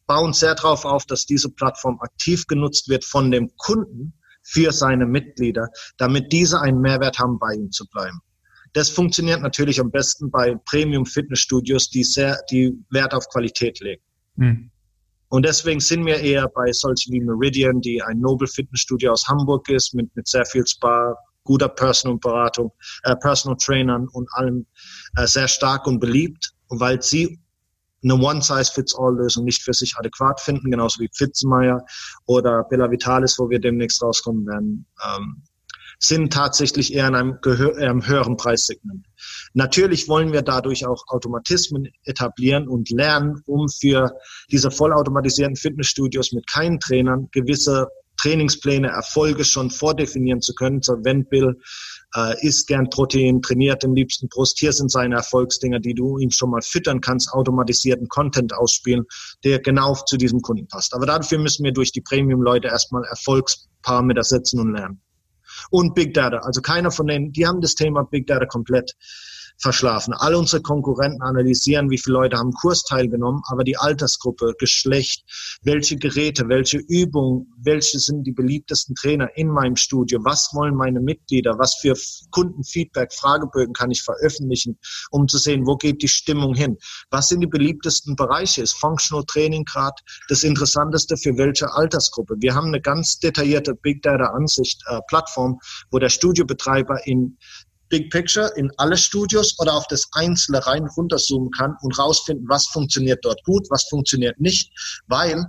bauen sehr darauf auf, dass diese Plattform aktiv genutzt wird von dem Kunden für seine Mitglieder, damit diese einen Mehrwert haben, bei ihm zu bleiben. Das funktioniert natürlich am besten bei Premium-Fitnessstudios, die Wert auf Qualität legen. Mhm. Und deswegen sind wir eher bei solchen wie Meridian, die ein Noble-Fitnessstudio aus Hamburg ist, mit sehr viel Spa, guter Personal-Beratung, Personal-Trainern und allem sehr stark und beliebt, weil sie eine One-Size-Fits-all-Lösung nicht für sich adäquat finden, genauso wie Pfitzmeier oder Bella Vitalis, wo wir demnächst rauskommen werden, sind tatsächlich eher in einem höheren Preissegment. Natürlich wollen wir dadurch auch Automatismen etablieren und lernen, um für diese vollautomatisierten Fitnessstudios mit keinen Trainern gewisse Trainingspläne, Erfolge schon vordefinieren zu können. So, wenn Bill isst gern Protein, trainiert am liebsten Brust, hier sind seine Erfolgsdinger, die du ihm schon mal füttern kannst, automatisierten Content ausspielen, der genau zu diesem Kunden passt. Aber dafür müssen wir durch die Premium-Leute erstmal Erfolgsparameter setzen und lernen. Und Big Data, also keiner von denen, die haben das Thema Big Data komplett verschlafen. All unsere Konkurrenten analysieren, wie viele Leute haben Kurs teilgenommen, aber die Altersgruppe, Geschlecht, welche Geräte, welche Übungen, welche sind die beliebtesten Trainer in meinem Studio, was wollen meine Mitglieder, was für Kundenfeedback, Fragebögen kann ich veröffentlichen, um zu sehen, wo geht die Stimmung hin, was sind die beliebtesten Bereiche, ist Functional Training gerade das Interessanteste für welche Altersgruppe. Wir haben eine ganz detaillierte Big Data Ansicht Plattform, wo der Studiobetreiber in Big Picture in alle Studios oder auf das Einzelne rein runterzoomen kann und rausfinden, was funktioniert dort gut, was funktioniert nicht, weil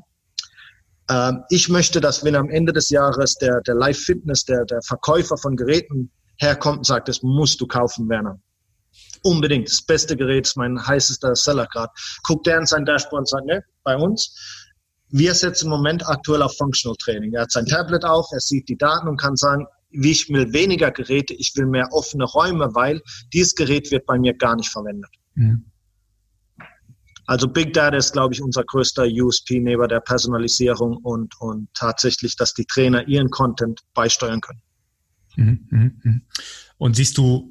ich möchte, dass wenn am Ende des Jahres der Live Fitness, der Verkäufer von Geräten herkommt und sagt, das musst du kaufen, Werner. Unbedingt, das beste Gerät ist mein heißester Seller gerade. Guckt der in sein Dashboard und sagt, ne, bei uns, wir setzen im Moment aktuell auf Functional Training. Er hat sein Tablet auf, er sieht die Daten und kann sagen, wie ich will weniger Geräte, ich will mehr offene Räume, weil dieses Gerät wird bei mir gar nicht verwendet. Mhm. Also Big Data ist, glaube ich, unser größter USP neben der Personalisierung und tatsächlich, dass die Trainer ihren Content beisteuern können. Mhm. Und siehst du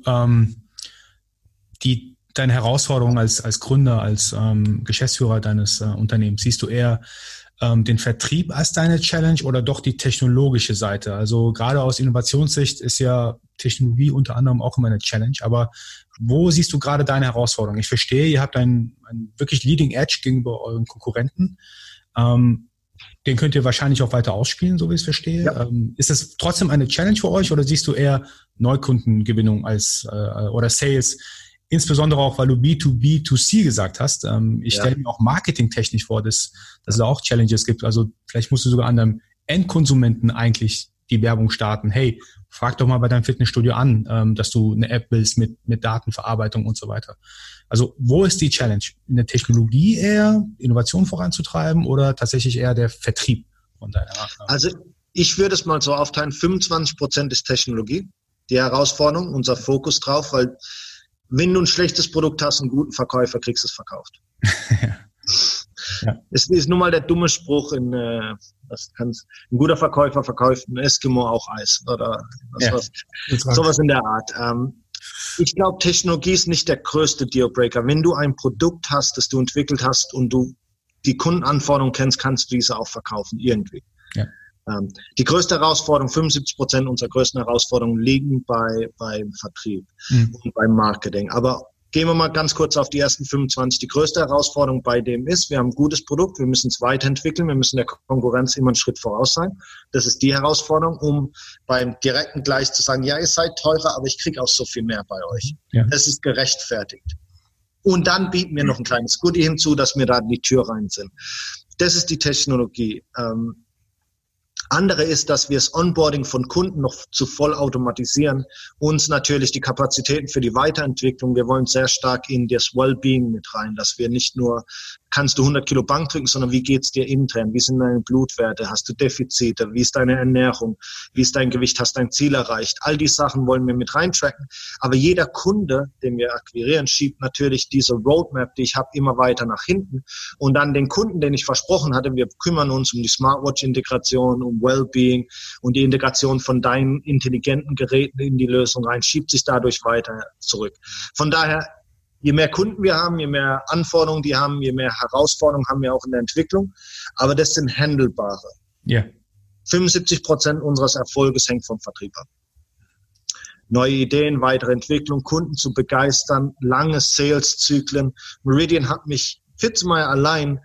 deine Herausforderung als Gründer, als Geschäftsführer deines Unternehmens, siehst du eher den Vertrieb als deine Challenge oder doch die technologische Seite? Also gerade aus Innovationssicht ist ja Technologie unter anderem auch immer eine Challenge, aber wo siehst du gerade deine Herausforderung? Ich verstehe, ihr habt einen wirklich Leading Edge gegenüber euren Konkurrenten. Den könnt ihr wahrscheinlich auch weiter ausspielen, so wie ich es verstehe. Ja. Ist das trotzdem eine Challenge für euch oder siehst du eher Neukundengewinnung oder Sales? Insbesondere auch, weil du B2B2C gesagt hast. Ich stelle mir auch marketingtechnisch vor, dass es auch Challenges gibt. Also vielleicht musst du sogar an deinem Endkonsumenten eigentlich die Werbung starten. Hey, frag doch mal bei deinem Fitnessstudio an, dass du eine App willst mit Datenverarbeitung und so weiter. Also wo ist die Challenge? In der Technologie eher, Innovation voranzutreiben oder tatsächlich eher der Vertrieb von deiner Art? Also ich würde es mal so aufteilen, 25% ist Technologie, die Herausforderung, unser Fokus drauf, weil wenn du ein schlechtes Produkt hast, einen guten Verkäufer, kriegst du es verkauft. Ja. Es ist nun mal der dumme Spruch, ein guter Verkäufer verkauft ein Eskimo auch Eis oder sowas in der Art. Ich glaube, Technologie ist nicht der größte Dealbreaker. Wenn du ein Produkt hast, das du entwickelt hast und du die Kundenanforderungen kennst, kannst du diese auch verkaufen, irgendwie. Ja. Die größte Herausforderung, 75% unserer größten Herausforderungen liegen beim Vertrieb und beim Marketing. Aber gehen wir mal ganz kurz auf die ersten 25. Die größte Herausforderung bei dem ist, wir haben ein gutes Produkt, wir müssen es weiterentwickeln, wir müssen der Konkurrenz immer einen Schritt voraus sein. Das ist die Herausforderung, um beim direkten Gleich zu sagen, ja, ihr seid teurer, aber ich kriege auch so viel mehr bei euch. Ja. Das ist gerechtfertigt. Und dann bieten wir noch ein kleines Goodie hinzu, dass wir da in die Tür rein sind. Das ist die Technologie. Andere ist, dass wir das Onboarding von Kunden noch zu voll automatisieren, uns natürlich die Kapazitäten für die Weiterentwicklung. Wir wollen sehr stark in das Wellbeing mit rein, dass wir nicht nur, kannst du 100 Kilo Bank drücken, sondern wie geht's dir intern? Wie sind deine Blutwerte? Hast du Defizite? Wie ist deine Ernährung? Wie ist dein Gewicht? Hast du dein Ziel erreicht? All die Sachen wollen wir mit reintracken. Aber jeder Kunde, den wir akquirieren, schiebt natürlich diese Roadmap, die ich habe, immer weiter nach hinten. Und dann den Kunden, den ich versprochen hatte, wir kümmern uns um die Smartwatch-Integration, um Wellbeing und die Integration von deinen intelligenten Geräten in die Lösung rein, schiebt sich dadurch weiter zurück. Von daher, je mehr Kunden wir haben, je mehr Anforderungen die haben, je mehr Herausforderungen haben wir auch in der Entwicklung. Aber das sind handelbare. Ja. 75% unseres Erfolges hängt vom Vertrieb ab. Neue Ideen, weitere Entwicklung, Kunden zu begeistern, lange Sales-Zyklen. Meridian hat mich, Fitzmeier allein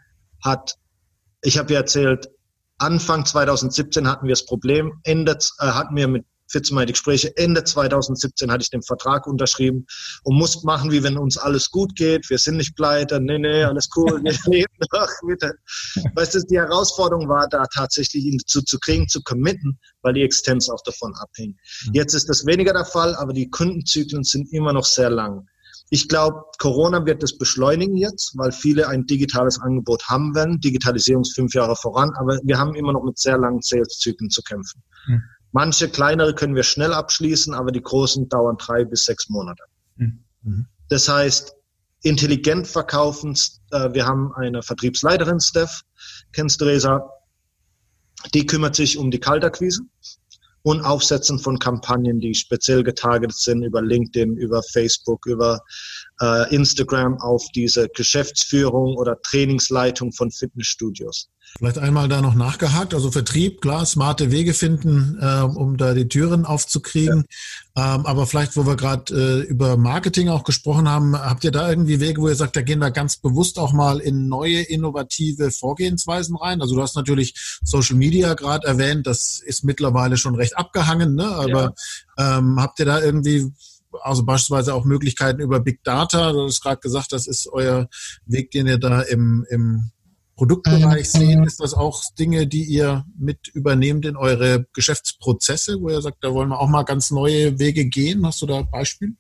ich habe ja erzählt, Anfang 2017 hatten wir das Problem, hatten wir mit Fitzmeier die Gespräche, Ende 2017 hatte ich den Vertrag unterschrieben und musste machen, wie wenn uns alles gut geht, wir sind nicht pleite, nee, alles cool, wir leben noch, bitte. Weißt du, die Herausforderung war da tatsächlich, ihn zu kriegen, zu committen, weil die Existenz auch davon abhängt. Jetzt ist das weniger der Fall, aber die Kundenzyklen sind immer noch sehr lang. Ich glaube, Corona wird das beschleunigen jetzt, weil viele ein digitales Angebot haben werden. Digitalisierung ist 5 Jahre voran, aber wir haben immer noch mit sehr langen Sales-Zyklen zu kämpfen. Manche kleinere können wir schnell abschließen, aber die großen dauern 3 bis 6 Monate. Das heißt, intelligent verkaufen. Wir haben eine Vertriebsleiterin, Steph, kennst du, Resa, die kümmert sich um die Kaltakquise und Aufsetzen von Kampagnen, die speziell getargetet sind über LinkedIn, über Facebook, über Instagram auf diese Geschäftsführung oder Trainingsleitung von Fitnessstudios. Vielleicht einmal da noch nachgehakt, also Vertrieb, klar, smarte Wege finden, um da die Türen aufzukriegen. Ja. Aber vielleicht, wo wir gerade über Marketing auch gesprochen haben, habt ihr da irgendwie Wege, wo ihr sagt, da gehen wir ganz bewusst auch mal in neue, innovative Vorgehensweisen rein? Also du hast natürlich Social Media gerade erwähnt, das ist mittlerweile schon recht abgehangen, ne? Aber habt ihr da irgendwie, also beispielsweise auch Möglichkeiten über Big Data? Du hast gerade gesagt, das ist euer Weg, den ihr da im Produktbereich sehen. Ist das auch Dinge, die ihr mit übernehmt in eure Geschäftsprozesse, wo ihr sagt, da wollen wir auch mal ganz neue Wege gehen? Hast du da Beispiele?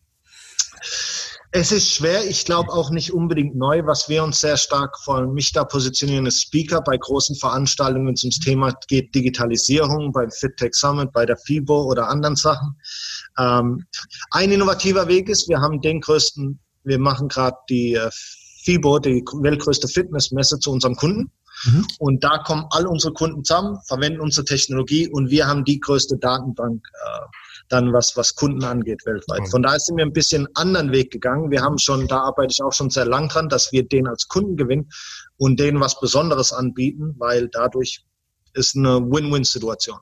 Es ist schwer, ich glaube auch nicht unbedingt neu. Was wir uns sehr stark von mich da positionieren, ist Speaker bei großen Veranstaltungen, wenn es ums Thema geht, Digitalisierung, beim FitTech Summit, bei der FIBO oder anderen Sachen. Ein innovativer Weg ist, wir machen gerade die FIBO, die weltgrößte Fitnessmesse, zu unserem Kunden. Und da kommen all unsere Kunden zusammen, verwenden unsere Technologie und wir haben die größte Datenbank dann, was Kunden angeht weltweit. Von daher sind wir ein bisschen anderen Weg gegangen. Wir haben da arbeite ich auch schon sehr lang dran, dass wir den als Kunden gewinnen und denen was Besonderes anbieten, weil dadurch ist eine Win-Win-Situation.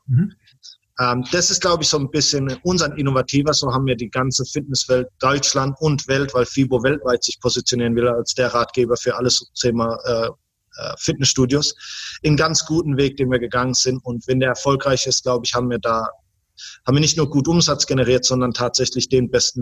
Das ist, glaube ich, so ein bisschen unser Innovativer. So haben wir die ganze Fitnesswelt, Deutschland und Welt, weil FIBO weltweit sich positionieren will als der Ratgeber für alles Thema Fitnessstudios. In ganz guten Weg, den wir gegangen sind. Und wenn der erfolgreich ist, glaube ich, haben wir nicht nur gut Umsatz generiert, sondern tatsächlich den besten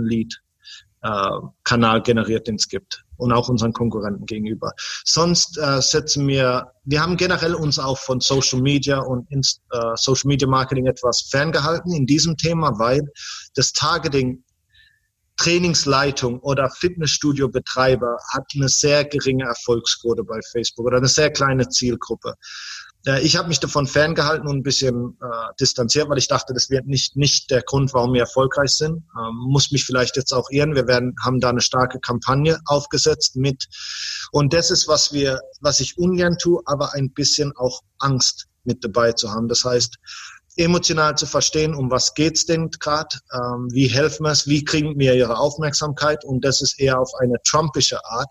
Lead-Kanal generiert, den es gibt. Und auch unseren Konkurrenten gegenüber. Sonst wir haben generell uns auch von Social Media und Social Media Marketing etwas ferngehalten in diesem Thema, weil das Targeting, Trainingsleitung oder Fitnessstudio-Betreiber hat eine sehr geringe Erfolgsquote bei Facebook oder eine sehr kleine Zielgruppe. Ich habe mich davon ferngehalten und ein bisschen distanziert, weil ich dachte, das wird nicht der Grund, warum wir erfolgreich sind. Muss mich vielleicht jetzt auch irren. Wir haben da eine starke Kampagne aufgesetzt und das ist, was ich ungern tue, aber ein bisschen auch Angst mit dabei zu haben. Das heißt, emotional zu verstehen, um was geht's denn gerade, wie helfen wir es, wie kriegen wir ihre Aufmerksamkeit, und das ist eher auf eine trumpische Art.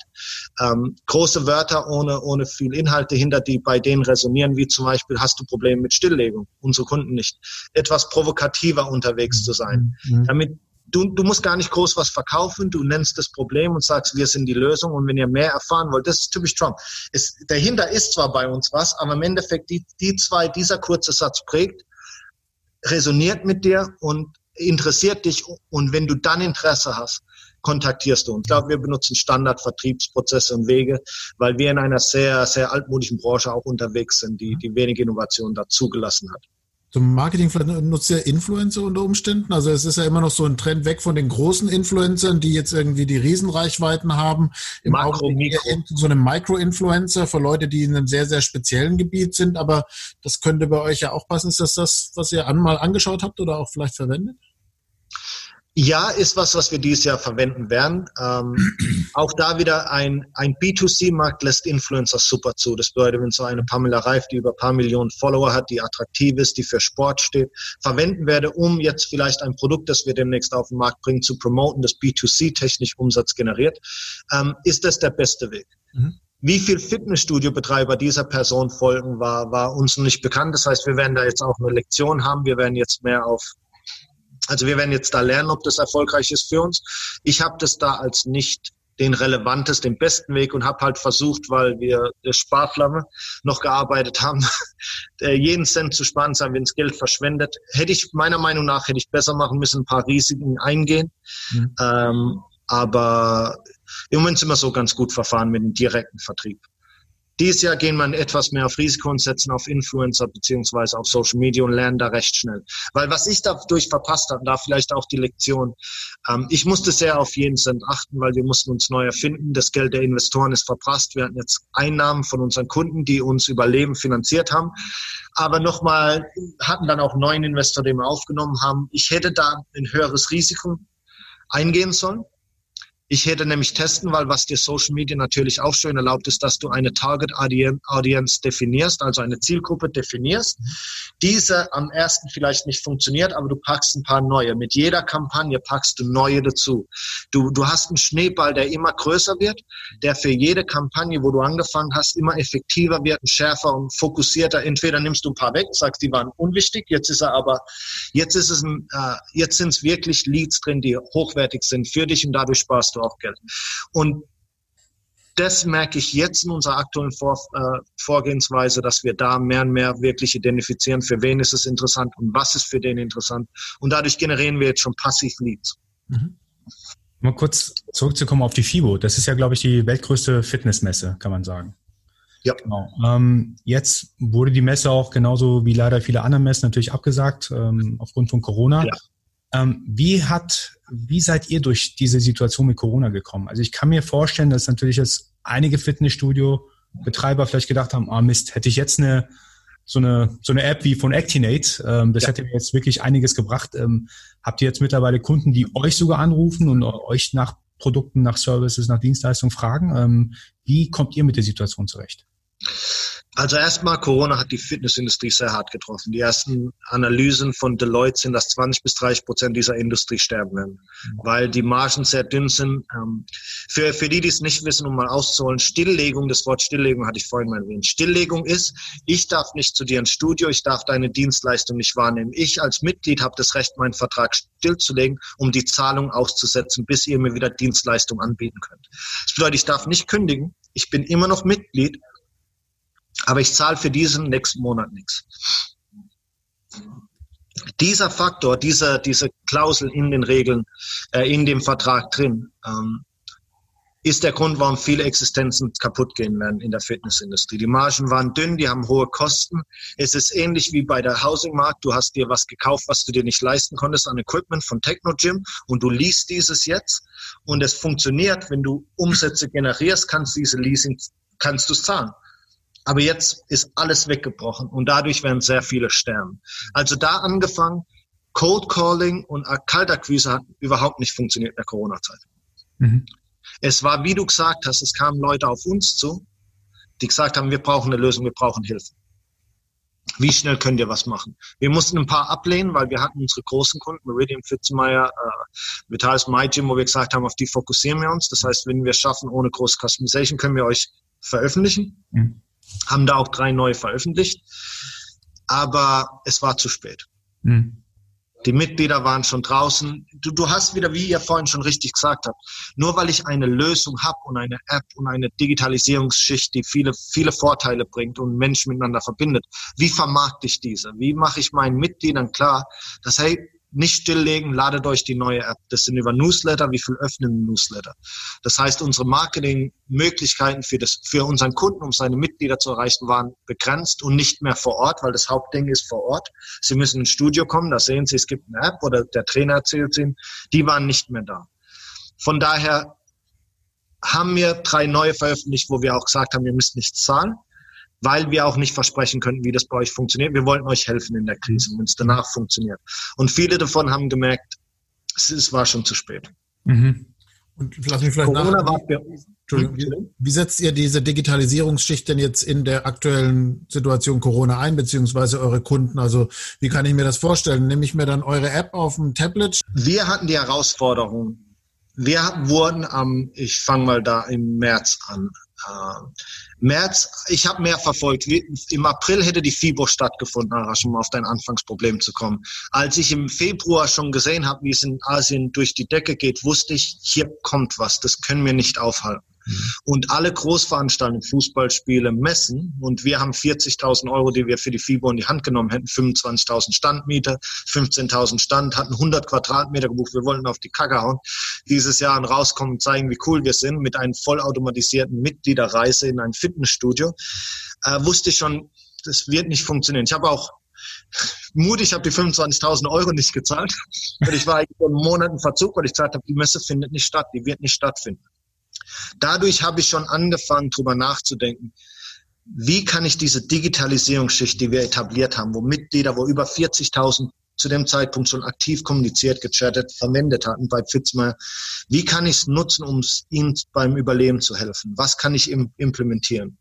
Große Wörter ohne viel Inhalt dahinter, die bei denen resonieren, wie zum Beispiel, hast du Probleme mit Stilllegung? Unsere Kunden nicht. Etwas provokativer unterwegs zu sein. Damit du musst gar nicht groß was verkaufen, du nennst das Problem und sagst, wir sind die Lösung, und wenn ihr mehr erfahren wollt, das ist typisch Trump. Dahinter ist zwar bei uns was, aber im Endeffekt dieser kurze Satz prägt, resoniert mit dir und interessiert dich, und wenn du dann Interesse hast, kontaktierst du uns. Ich glaube, wir benutzen Standardvertriebsprozesse und Wege, weil wir in einer sehr, sehr altmodischen Branche auch unterwegs sind, die wenig Innovation da zugelassen hat. Zum Marketing nutzt ihr Influencer unter Umständen? Also es ist ja immer noch so ein Trend weg von den großen Influencern, die jetzt irgendwie die Riesenreichweiten haben. Im Augenblick so einem Micro-Influencer für Leute, die in einem sehr, sehr speziellen Gebiet sind. Aber das könnte bei euch ja auch passen. Ist das, was ihr mal angeschaut habt oder auch vielleicht verwendet? Ja, ist was wir dieses Jahr verwenden werden. Auch da wieder ein B2C-Markt lässt Influencer super zu. Das bedeutet, wenn so eine Pamela Reif, die über ein paar Millionen Follower hat, die attraktiv ist, die für Sport steht, verwenden werde, um jetzt vielleicht ein Produkt, das wir demnächst auf den Markt bringen, zu promoten, das B2C technisch Umsatz generiert, ist das der beste Weg. Wie viel Fitnessstudio-Betreiber dieser Person folgen, war uns noch nicht bekannt. Das heißt, wir werden da jetzt auch eine Lektion haben. Wir werden jetzt wir werden jetzt da lernen, ob das erfolgreich ist für uns. Ich habe das da als nicht den relevantesten, den besten Weg und habe halt versucht, weil wir der Sparflamme noch gearbeitet haben, jeden Cent zu sparen, haben wir ins Geld verschwendet. Meiner Meinung nach hätte ich besser machen müssen, ein paar Risiken eingehen. Aber im Moment sind wir so ganz gut verfahren mit dem direkten Vertrieb. Dieses Jahr gehen wir etwas mehr auf Risiko und setzen auf Influencer beziehungsweise auf Social Media und lernen da recht schnell. Weil was ich dadurch verpasst habe, da vielleicht auch die Lektion, ich musste sehr auf jeden Cent achten, weil wir mussten uns neu erfinden. Das Geld der Investoren ist verprasst. Wir hatten jetzt Einnahmen von unseren Kunden, die uns Überleben finanziert haben. Aber nochmal, hatten dann auch einen neuen Investor, den wir aufgenommen haben. Ich hätte da ein höheres Risiko eingehen sollen. Ich hätte nämlich testen, weil was dir Social Media natürlich auch schön erlaubt, ist, dass du eine Target Audience definierst, also eine Zielgruppe definierst. Diese am ersten vielleicht nicht funktioniert, aber du packst ein paar neue. Mit jeder Kampagne packst du neue dazu. Du hast einen Schneeball, der immer größer wird, der für jede Kampagne, wo du angefangen hast, immer effektiver wird, schärfer und fokussierter. Entweder nimmst du ein paar weg, sagst, die waren unwichtig, jetzt sind es wirklich Leads drin, die hochwertig sind für dich und dadurch sparst du auch Geld. Und das merke ich jetzt in unserer aktuellen Vorgehensweise, dass wir da mehr und mehr wirklich identifizieren, für wen ist es interessant und was ist für den interessant. Und dadurch generieren wir jetzt schon passiv Leads. Mal kurz zurückzukommen auf die FIBO. Das ist ja, glaube ich, die weltgrößte Fitnessmesse, kann man sagen. Ja. Genau. Jetzt wurde die Messe auch genauso wie leider viele andere Messen natürlich abgesagt, aufgrund von Corona. Ja. Wie seid ihr durch diese Situation mit Corona gekommen? Also ich kann mir vorstellen, dass natürlich jetzt einige Fitnessstudio-Betreiber vielleicht gedacht haben, Mist, hätte ich jetzt so eine App wie von Actinate, das hätte mir jetzt wirklich einiges gebracht. Habt ihr jetzt mittlerweile Kunden, die euch sogar anrufen und euch nach Produkten, nach Services, nach Dienstleistungen fragen? Wie kommt ihr mit der Situation zurecht? Also erstmal, Corona hat die Fitnessindustrie sehr hart getroffen. Die ersten Analysen von Deloitte sind, dass 20-30% dieser Industrie sterben werden, weil die Margen sehr dünn sind. Für die es nicht wissen, um mal auszuholen, Stilllegung, das Wort Stilllegung hatte ich vorhin mal erwähnt. Stilllegung ist, ich darf nicht zu dir ins Studio, ich darf deine Dienstleistung nicht wahrnehmen. Ich als Mitglied habe das Recht, meinen Vertrag stillzulegen, um die Zahlung auszusetzen, bis ihr mir wieder Dienstleistung anbieten könnt. Das bedeutet, ich darf nicht kündigen, ich bin immer noch Mitglied, aber ich zahle für diesen nächsten Monat nichts. Dieser Faktor, diese Klausel in den Regeln, in dem Vertrag drin, ist der Grund, warum viele Existenzen kaputt gehen werden in der Fitnessindustrie. Die Margen waren dünn, die haben hohe Kosten. Es ist ähnlich wie bei der Housing-Markt. Du hast dir was gekauft, was du dir nicht leisten konntest an Equipment von Techno-Gym und du least dieses jetzt und es funktioniert. Wenn du Umsätze generierst, kannst du diese Leasing, kannst du es zahlen. Aber jetzt ist alles weggebrochen und dadurch werden sehr viele sterben. Also da angefangen, Cold Calling und Kaltakquise hat überhaupt nicht funktioniert in der Corona-Zeit. Es war, wie du gesagt hast, es kamen Leute auf uns zu, die gesagt haben, wir brauchen eine Lösung, wir brauchen Hilfe. Wie schnell könnt ihr was machen? Wir mussten ein paar ablehnen, weil wir hatten unsere großen Kunden, Meridian, Pfitzmeier, Vitalis, MyGym, wo wir gesagt haben, auf die fokussieren wir uns. Das heißt, wenn wir es schaffen, ohne große Customization, können wir euch veröffentlichen. Haben da auch 3 neue veröffentlicht, aber es war zu spät. Die Mitglieder waren schon draußen. Du hast wieder, wie ihr vorhin schon richtig gesagt habt, nur weil ich eine Lösung habe und eine App und eine Digitalisierungsschicht, die viele, viele Vorteile bringt und Menschen miteinander verbindet, wie vermarkte ich diese? Wie mache ich meinen Mitgliedern klar, dass, hey, nicht stilllegen, ladet euch die neue App. Das sind über Newsletter, wie viel öffnen Newsletter. Das heißt, unsere Marketingmöglichkeiten für unseren Kunden, um seine Mitglieder zu erreichen, waren begrenzt und nicht mehr vor Ort, weil das Hauptding ist vor Ort. Sie müssen ins Studio kommen, da sehen Sie, es gibt eine App oder der Trainer erzählt es Ihnen. Die waren nicht mehr da. Von daher haben wir 3 neue veröffentlicht, wo wir auch gesagt haben, ihr müsst nichts zahlen, weil wir auch nicht versprechen könnten, wie das bei euch funktioniert. Wir wollten euch helfen in der Krise, wenn es danach funktioniert. Und viele davon haben gemerkt, es war schon zu spät. Mhm. Und lass mich vielleicht Entschuldigung. Wie setzt ihr diese Digitalisierungsschicht denn jetzt in der aktuellen Situation Corona ein, beziehungsweise eure Kunden? Also wie kann ich mir das vorstellen? Nehme ich mir dann eure App auf dem Tablet? Wir hatten die Herausforderung. Wir wurden ich fange mal da im März an. Ich habe mehr verfolgt. Im April hätte die FIBO stattgefunden, um auf dein Anfangsproblem zu kommen. Als ich im Februar schon gesehen habe, wie es in Asien durch die Decke geht, wusste ich, hier kommt was, das können wir nicht aufhalten. Und alle Großveranstaltungen, Fußballspiele, Messen, und wir haben 40.000 Euro, die wir für die FIBO in die Hand genommen hätten, 25.000 Standmiete, 15.000 Stand, hatten 100 Quadratmeter gebucht, wir wollten auf die Kacke hauen, dieses Jahr rauskommen und zeigen, wie cool wir sind, mit einem vollautomatisierten Mitgliederreise in ein Fitnessstudio, wusste ich schon, das wird nicht funktionieren. Ich habe auch mutig, habe die 25.000 Euro nicht gezahlt, und ich war eigentlich vor Monaten Verzug, weil ich gesagt habe, die Messe findet nicht statt, die wird nicht stattfinden. Dadurch habe ich schon angefangen, drüber nachzudenken, wie kann ich diese Digitalisierungsschicht, die wir etabliert haben, wo Mitglieder, wo über 40.000 zu dem Zeitpunkt schon aktiv kommuniziert, gechattet, verwendet hatten bei Fitzmeier, wie kann ich es nutzen, um ihnen beim Überleben zu helfen? Was kann ich implementieren?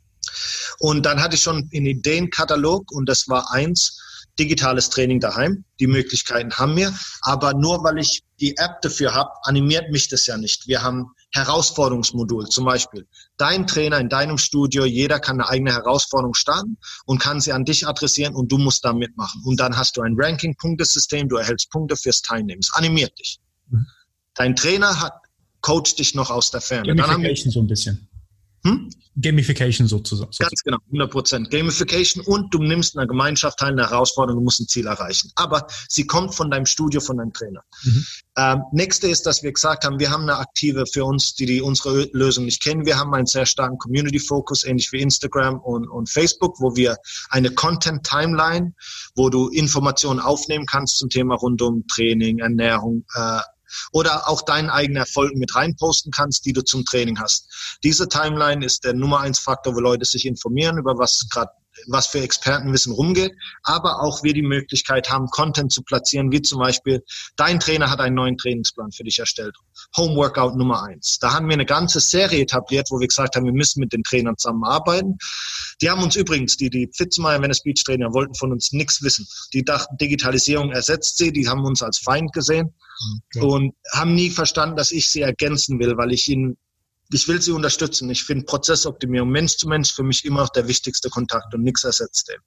Und dann hatte ich schon einen Ideenkatalog, und das war digitales Training daheim. Die Möglichkeiten haben wir, aber nur weil ich die App dafür habe, animiert mich das ja nicht. Wir haben Herausforderungsmodul, zum Beispiel dein Trainer in deinem Studio, jeder kann eine eigene Herausforderung starten und kann sie an dich adressieren, und du musst da mitmachen. Und dann hast du ein Ranking-Punktesystem, du erhältst Punkte fürs Teilnehmen. Es animiert dich. Mhm. Dein Trainer coacht dich noch aus der Ferne. Gamification so ein bisschen. Gamification sozusagen. Ganz genau, 100%. Gamification, und du nimmst in einer Gemeinschaft teil, eine Herausforderung, du musst ein Ziel erreichen. Aber sie kommt von deinem Studio, von deinem Trainer. Nächste ist, dass wir gesagt haben, wir haben eine aktive für uns, die unsere Lösung nicht kennen. Wir haben einen sehr starken Community-Fokus, ähnlich wie Instagram und Facebook, wo wir eine Content-Timeline, wo du Informationen aufnehmen kannst zum Thema rund um Training, Ernährung, oder auch deinen eigenen Erfolg mit reinposten kannst, die du zum Training hast. Diese Timeline ist der Nummer 1 Faktor, wo Leute sich informieren über was für Expertenwissen rumgeht, aber auch wir die Möglichkeit haben, Content zu platzieren, wie zum Beispiel, dein Trainer hat einen neuen Trainingsplan für dich erstellt. Homeworkout Nummer 1. Da haben wir eine ganze Serie etabliert, wo wir gesagt haben, wir müssen mit den Trainern zusammenarbeiten. Die haben uns übrigens, die Fitzmeier Venice Beach Trainer, wollten von uns nichts wissen. Die dachten, Digitalisierung ersetzt sie, die haben uns als Feind gesehen und haben nie verstanden, dass ich sie ergänzen will, weil ich will sie unterstützen. Ich finde Prozessoptimierung Mensch zu Mensch für mich immer noch der wichtigste Kontakt, und nichts ersetzt den.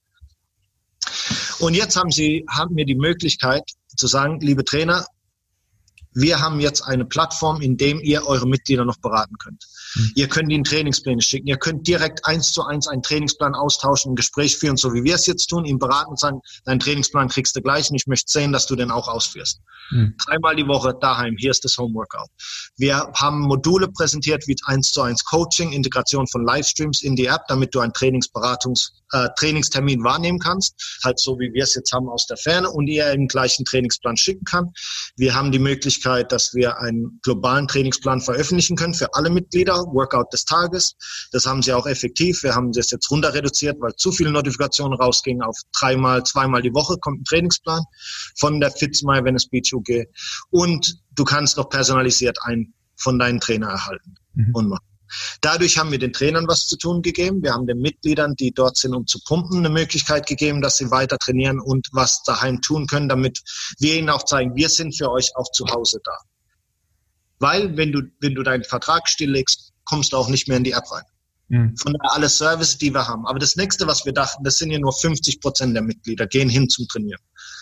Und jetzt haben wir die Möglichkeit zu sagen, liebe Trainer, wir haben jetzt eine Plattform, in dem ihr eure Mitglieder noch beraten könnt. Ihr könnt ihnen Trainingspläne schicken. Ihr könnt direkt 1:1 einen Trainingsplan austauschen, ein Gespräch führen, so wie wir es jetzt tun, ihn beraten und sagen, deinen Trainingsplan kriegst du gleich, und ich möchte sehen, dass du den auch ausführst. 3-mal die Woche daheim, hier ist das Homeworkout. Wir haben Module präsentiert wie 1:1 Coaching, Integration von Livestreams in die App, damit du einen Trainingstermin wahrnehmen kannst, halt so wie wir es jetzt haben aus der Ferne, und ihr einen gleichen Trainingsplan schicken kann. Wir haben die Möglichkeit, dass wir einen globalen Trainingsplan veröffentlichen können für alle Mitglieder, Workout des Tages. Das haben sie auch effektiv. Wir haben das jetzt runter reduziert, weil zu viele Notifikationen rausgingen. Auf 2-mal die Woche kommt ein Trainingsplan von der Fitzmeier Venice Beach UG. Und du kannst noch personalisiert einen von deinen Trainer erhalten. Und machen. Dadurch haben wir den Trainern was zu tun gegeben. Wir haben den Mitgliedern, die dort sind, um zu pumpen, eine Möglichkeit gegeben, dass sie weiter trainieren und was daheim tun können, damit wir ihnen auch zeigen, wir sind für euch auch zu Hause da. Weil, wenn du deinen Vertrag stilllegst, kommst du auch nicht mehr in die App rein. Von daher alle Services, die wir haben. Aber das nächste, was wir dachten, das sind ja nur 50% der Mitglieder, gehen hin zum Trainieren.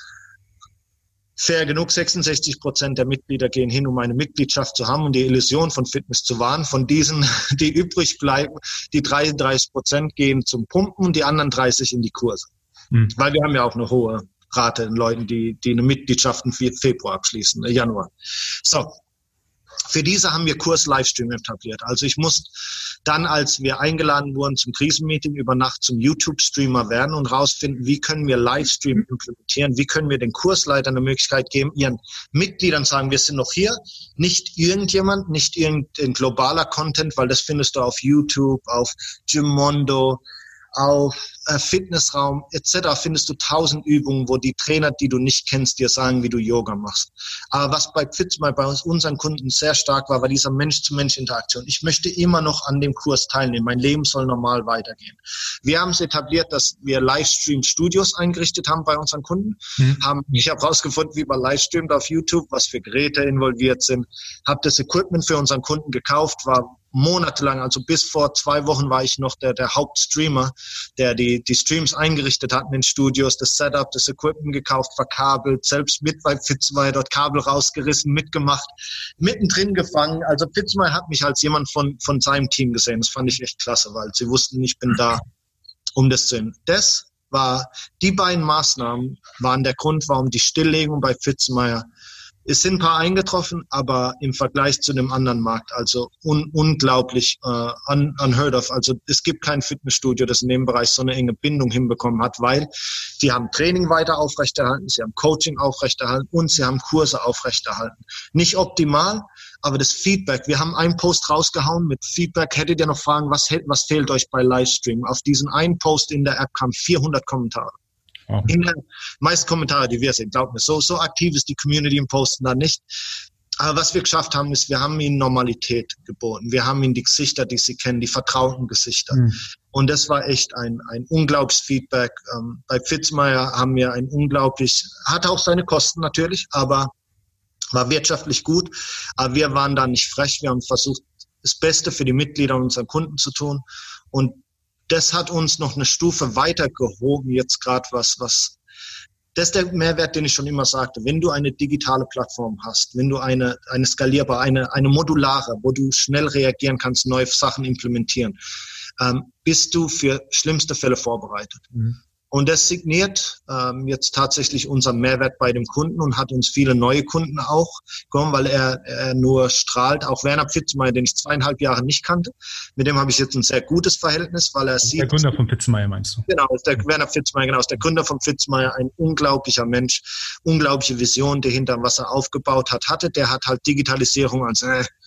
Fair genug, 66% der Mitglieder gehen hin, um eine Mitgliedschaft zu haben und die Illusion von Fitness zu wahren. Von diesen, die übrig bleiben, die 33% gehen zum Pumpen und die anderen 30% in die Kurse. Weil wir haben ja auch eine hohe Rate an Leuten, die eine Mitgliedschaft im Februar abschließen, Januar. So. Für diese haben wir Kurs-Livestream etabliert. Also ich muss dann, als wir eingeladen wurden zum Krisenmeeting, über Nacht zum YouTube-Streamer werden und rausfinden, wie können wir Livestream implementieren, wie können wir den Kursleitern eine Möglichkeit geben, ihren Mitgliedern sagen, wir sind noch hier, nicht irgendjemand, nicht irgendein globaler Content, weil das findest du auf YouTube, auf Gymmondo, auf Fitnessraum etc. findest du 1000 Übungen, wo die Trainer, die du nicht kennst, dir sagen, wie du Yoga machst. Aber was bei FitSmile bei unseren Kunden sehr stark war dieser Mensch-zu-Mensch-Interaktion. Ich möchte immer noch an dem Kurs teilnehmen. Mein Leben soll normal weitergehen. Wir haben es etabliert, dass wir Livestream-Studios eingerichtet haben bei unseren Kunden. Ich habe herausgefunden, wie man livestreamt auf YouTube, was für Geräte involviert sind. Habe das Equipment für unseren Kunden gekauft, war monatelang, also bis vor 2 Wochen war ich noch der Hauptstreamer, der die Streams eingerichtet hat in den Studios, das Setup, das Equipment gekauft, verkabelt, selbst mit bei FitSmile dort Kabel rausgerissen, mitgemacht, mittendrin gefangen. Also FitSmile hat mich als jemand von seinem Team gesehen. Das fand ich echt klasse, weil sie wussten, ich bin da, um das zu sehen. Die beiden Maßnahmen waren der Grund, warum die Stilllegung bei FitSmile. Es sind ein paar eingetroffen, aber im Vergleich zu dem anderen Markt, also unglaublich unheard of. Also es gibt kein Fitnessstudio, das in dem Bereich so eine enge Bindung hinbekommen hat, weil die haben Training weiter aufrechterhalten, sie haben Coaching aufrechterhalten und sie haben Kurse aufrechterhalten. Nicht optimal, aber das Feedback, wir haben einen Post rausgehauen mit Feedback. Hättet ihr noch Fragen, was fehlt euch bei Livestream? Auf diesen einen Post in der App kamen 400 Kommentare. In den meisten Kommentare, die wir sehen, glaubt mir, so aktiv ist die Community im Posten da nicht. Aber was wir geschafft haben, ist, wir haben ihnen Normalität geboten. Wir haben ihnen die Gesichter, die sie kennen, die vertrauten Gesichter. Und das war echt ein unglaubliches Feedback. Bei FitSmile haben wir hat auch seine Kosten natürlich, aber war wirtschaftlich gut. Aber wir waren da nicht frech. Wir haben versucht, das Beste für die Mitglieder und unseren Kunden zu tun. Und das hat uns noch eine Stufe weitergehoben, jetzt gerade das ist der Mehrwert, den ich schon immer sagte. Wenn du eine digitale Plattform hast, wenn du eine skalierbare, eine modulare, wo du schnell reagieren kannst, neue Sachen implementieren, bist du für schlimmste Fälle vorbereitet. Und das signiert jetzt tatsächlich unser Mehrwert bei dem Kunden und hat uns viele neue Kunden auch bekommen, weil er nur strahlt. Auch Werner FitSmile, den ich 2,5 Jahre nicht kannte, mit dem habe ich jetzt ein sehr gutes Verhältnis, weil er sieht... Der Gründer von FitSmile meinst du? Genau, ist der Werner FitSmile, genau, ist der Gründer von FitSmile, ein unglaublicher Mensch, unglaubliche Vision, die hinter was er aufgebaut hatte. Der hat halt Digitalisierung als,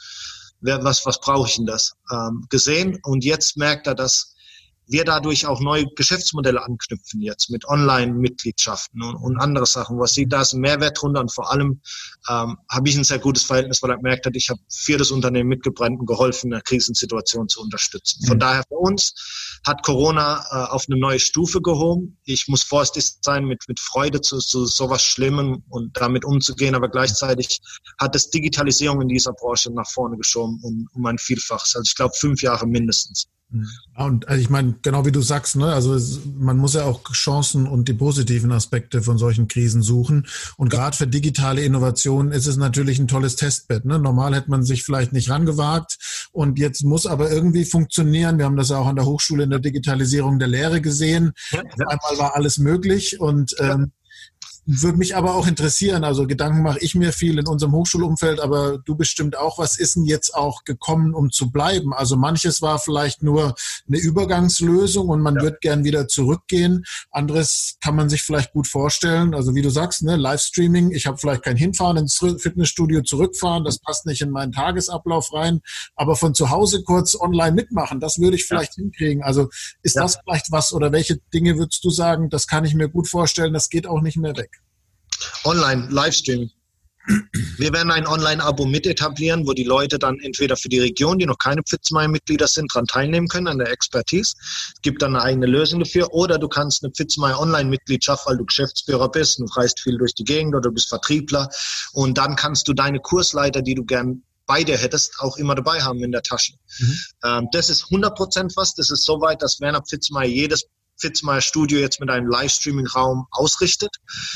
was brauche ich denn das, gesehen. Und jetzt merkt er, dass wir dadurch auch neue Geschäftsmodelle anknüpfen jetzt mit Online-Mitgliedschaften und andere Sachen. Was sieht da ist ein Mehrwert drunter und vor allem habe ich ein sehr gutes Verhältnis, weil er gemerkt hat, ich habe für das Unternehmen mitgebrannt und geholfen, in einer Krisensituation zu unterstützen. Von daher für uns hat Corona auf eine neue Stufe gehoben. Ich muss vorsichtig sein, mit Freude zu sowas Schlimmem und damit umzugehen, aber gleichzeitig hat es Digitalisierung in dieser Branche nach vorne geschoben um ein Vielfaches. Also ich glaube 5 Jahre mindestens. Ja, und also ich meine, genau wie du sagst, ne, also man muss ja auch Chancen und die positiven Aspekte von solchen Krisen suchen. Und gerade für digitale Innovationen ist es natürlich ein tolles Testbett. Ne? Normal hätte man sich vielleicht nicht rangewagt und jetzt muss aber irgendwie funktionieren. Wir haben das ja auch an der Hochschule in der Digitalisierung der Lehre gesehen. Einmal war alles möglich und würde mich aber auch interessieren, also Gedanken mache ich mir viel in unserem Hochschulumfeld, aber du bestimmt auch, was ist denn jetzt auch gekommen, um zu bleiben? Also manches war vielleicht nur eine Übergangslösung und man wird gern wieder zurückgehen. Anderes kann man sich vielleicht gut vorstellen, also wie du sagst, ne, Livestreaming, ich habe vielleicht kein Hinfahren ins Fitnessstudio, zurückfahren, das passt nicht in meinen Tagesablauf rein, aber von zu Hause kurz online mitmachen, das würde ich vielleicht hinkriegen. Also ist das vielleicht was oder welche Dinge würdest du sagen, das kann ich mir gut vorstellen, das geht auch nicht mehr weg? Online, Livestream. Wir werden ein Online-Abo mit etablieren, wo die Leute dann entweder für die Region, die noch keine FitSmile-Mitglieder sind, daran teilnehmen können, an der Expertise. Es gibt dann eine eigene Lösung dafür. Oder du kannst eine FitSmile-Online-Mitgliedschaft, weil du Geschäftsführer bist, du reist viel durch die Gegend oder du bist Vertriebler. Und dann kannst du deine Kursleiter, die du gern bei dir hättest, auch immer dabei haben in der Tasche. Das ist 100% was. Das ist soweit, dass Werner FitSmile jedes FitSmile-Studio jetzt mit einem Livestreaming-Raum ausrichtet.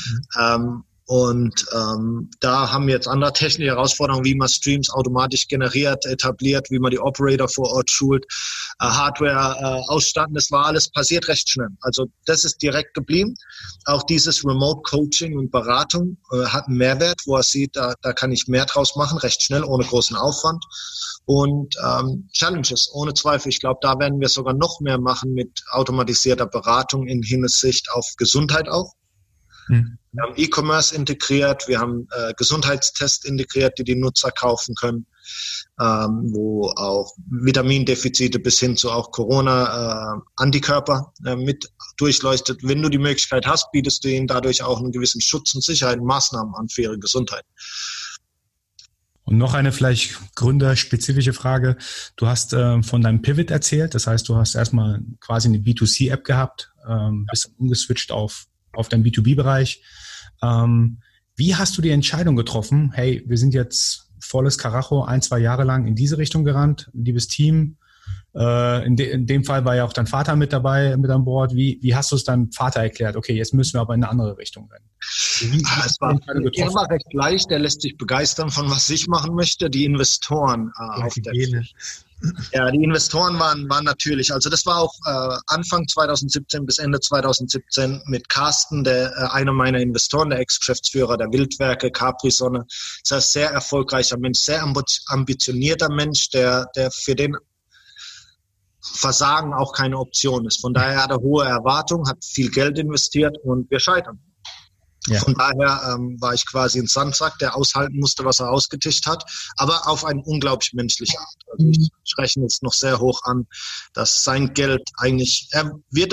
Da haben wir jetzt andere technische Herausforderungen, wie man Streams automatisch generiert, etabliert, wie man die Operator vor Ort schult, Hardware ausstatten. Das war alles passiert recht schnell. Also das ist direkt geblieben. Auch dieses Remote-Coaching und Beratung hat einen Mehrwert, wo er sieht, da kann ich mehr draus machen, recht schnell, ohne großen Aufwand. Und Challenges, ohne Zweifel. Ich glaube, da werden wir sogar noch mehr machen mit automatisierter Beratung in Hinsicht auf Gesundheit auch. Wir haben E-Commerce integriert, wir haben Gesundheitstests integriert, die Nutzer kaufen können, wo auch Vitamindefizite bis hin zu auch Corona-Antikörper mit durchleuchtet. Wenn du die Möglichkeit hast, bietest du ihnen dadurch auch einen gewissen Schutz und Sicherheit und Maßnahmen an für ihre Gesundheit. Und noch eine vielleicht gründerspezifische Frage. Du hast von deinem Pivot erzählt, das heißt, du hast erstmal quasi eine B2C-App gehabt, bist umgeswitcht auf deinen B2B-Bereich. Wie hast du die Entscheidung getroffen, hey, wir sind jetzt volles Karacho 1-2 Jahre lang in diese Richtung gerannt, liebes Team. In dem Fall war ja auch dein Vater mit dabei, mit an Bord. Wie hast du es deinem Vater erklärt? Okay, jetzt müssen wir aber in eine andere Richtung rennen. Er war recht leicht, er lässt sich begeistern von was ich machen möchte. Die Investoren auf der Ja, die Investoren waren natürlich, also das war auch Anfang 2017 bis Ende 2017 mit Carsten, einer meiner Investoren, der Ex-Geschäftsführer der Wildwerke, Capri-Sonne. Das heißt, sehr erfolgreicher Mensch, sehr ambitionierter Mensch, der für den Versagen auch keine Option ist. Von daher hat er hohe Erwartungen, hat viel Geld investiert und wir scheitern. Ja. Von daher war ich quasi ein Sandsack, der aushalten musste, was er ausgetischt hat, aber auf eine unglaublich menschliche Art. Also ich rechne jetzt noch sehr hoch an, dass sein Geld eigentlich, er